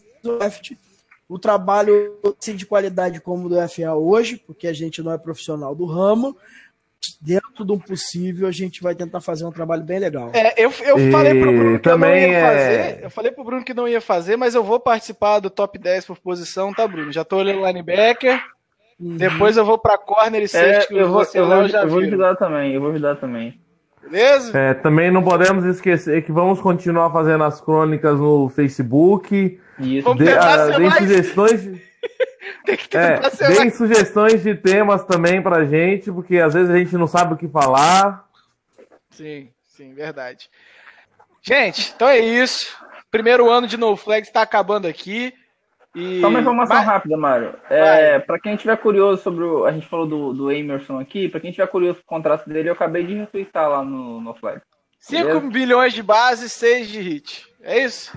o trabalho assim, de qualidade como o do F A hoje, porque a gente não é profissional do ramo. Dentro do possível, a gente vai tentar fazer um trabalho bem legal.
É, eu, eu
E
falei pro Bruno que
também
eu não ia fazer.
é-
Eu falei pro Bruno que não ia fazer, mas eu vou participar do top dez por posição, tá, Bruno? Já tô olhando linebacker.
Uhum.
Depois eu vou pra corner e
É,
safety, que
eu vou,
você
eu
e o
vou,
Léo já
eu vou
viram.
ajudar também, eu vou ajudar também.
Beleza?
É, também não podemos esquecer que vamos continuar fazendo as crônicas no Facebook.
Isso.
Vamos
Dê,
tentar
ah,
ser
deem
mais-
sugestões, de-
Tem que
é,
tentar ser
deem
mais...
sugestões de temas também pra gente, porque às vezes a gente não sabe o que falar.
Sim, sim, verdade. Gente, então é isso. Primeiro ano de No Flags tá acabando aqui. E...
Só uma informação
Mas-
rápida, Mário. É, para quem tiver curioso sobre o. A gente falou do, do Emerson aqui, pra quem tiver curioso sobre o contrato dele, eu acabei de retweetar lá no, no Flag.
cinco bilhões de base, seis de hit. É isso?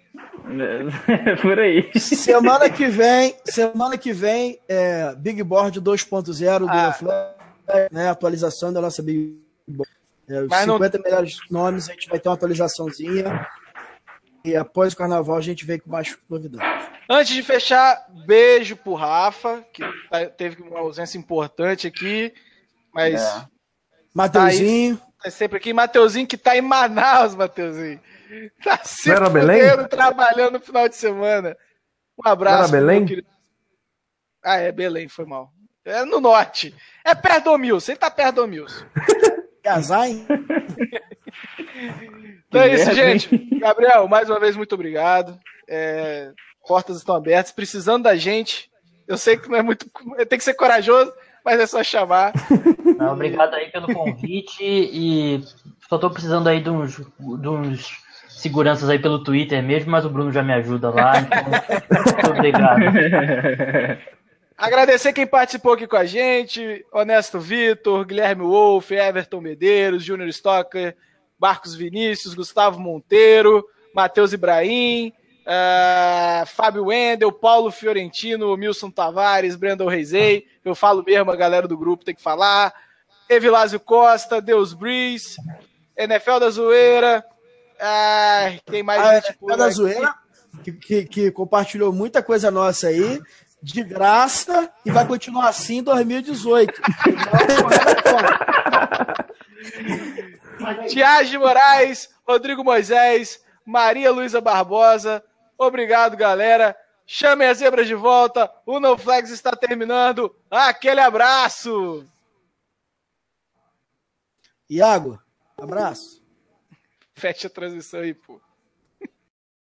Por aí.
Semana que vem, semana que vem, é, Big Board dois ponto zero do
Ah.
Flag, né, atualização da nossa Big Board. É, os
Mas não-
cinquenta melhores nomes, a gente vai ter uma atualizaçãozinha. E após o carnaval a gente vem com mais novidades.
Antes de fechar, beijo pro Rafa, que tá- teve uma ausência importante aqui, mas
É.
Mateuzinho,
tá sempre aqui. Mateuzinho, que tá em Manaus, Mateuzinho. Tá se
Não era Belém?
fudendo, trabalhando no final de semana. Um abraço.
Não era
pro meu
Belém?
querido- Ah, é Belém, foi mal. É no norte. É perto do Milson, ele tá perto do Milson.
casar, hein?
Então é isso,
merda,
gente. Gabriel, mais uma vez, muito obrigado. É, portas estão abertas. Precisando da gente, eu sei que não é muito. Tem que ser corajoso, mas é só chamar.
Não, obrigado aí pelo convite e só tô precisando aí de uns, de uns seguranças aí pelo Twitter mesmo, mas o Bruno já me ajuda lá, então muito obrigado.
Agradecer quem participou aqui com a gente: Honesto Vitor, Guilherme Wolff, Everton Medeiros, Júnior Stocker, Marcos Vinícius, Gustavo Monteiro, Matheus Ibrahim, uh, Fábio Wendel, Paulo Fiorentino, Milson Tavares, Brandon Reisei. Eu falo mesmo, a galera do grupo tem que falar. Evilásio Costa, Deus Breeze, N F L da Zoeira. Ah, tem mais
A
gente por
da
aqui.
Zoeira, que, que, que compartilhou muita coisa nossa aí, de graça, e vai continuar assim em dois mil e dezoito.
Tiage Moraes, Rodrigo Moisés, Maria Luísa Barbosa. Obrigado, galera. Chamem as zebras de volta. O No Flags está terminando. Aquele abraço.
Iago, abraço.
Fecha a transmissão aí, pô.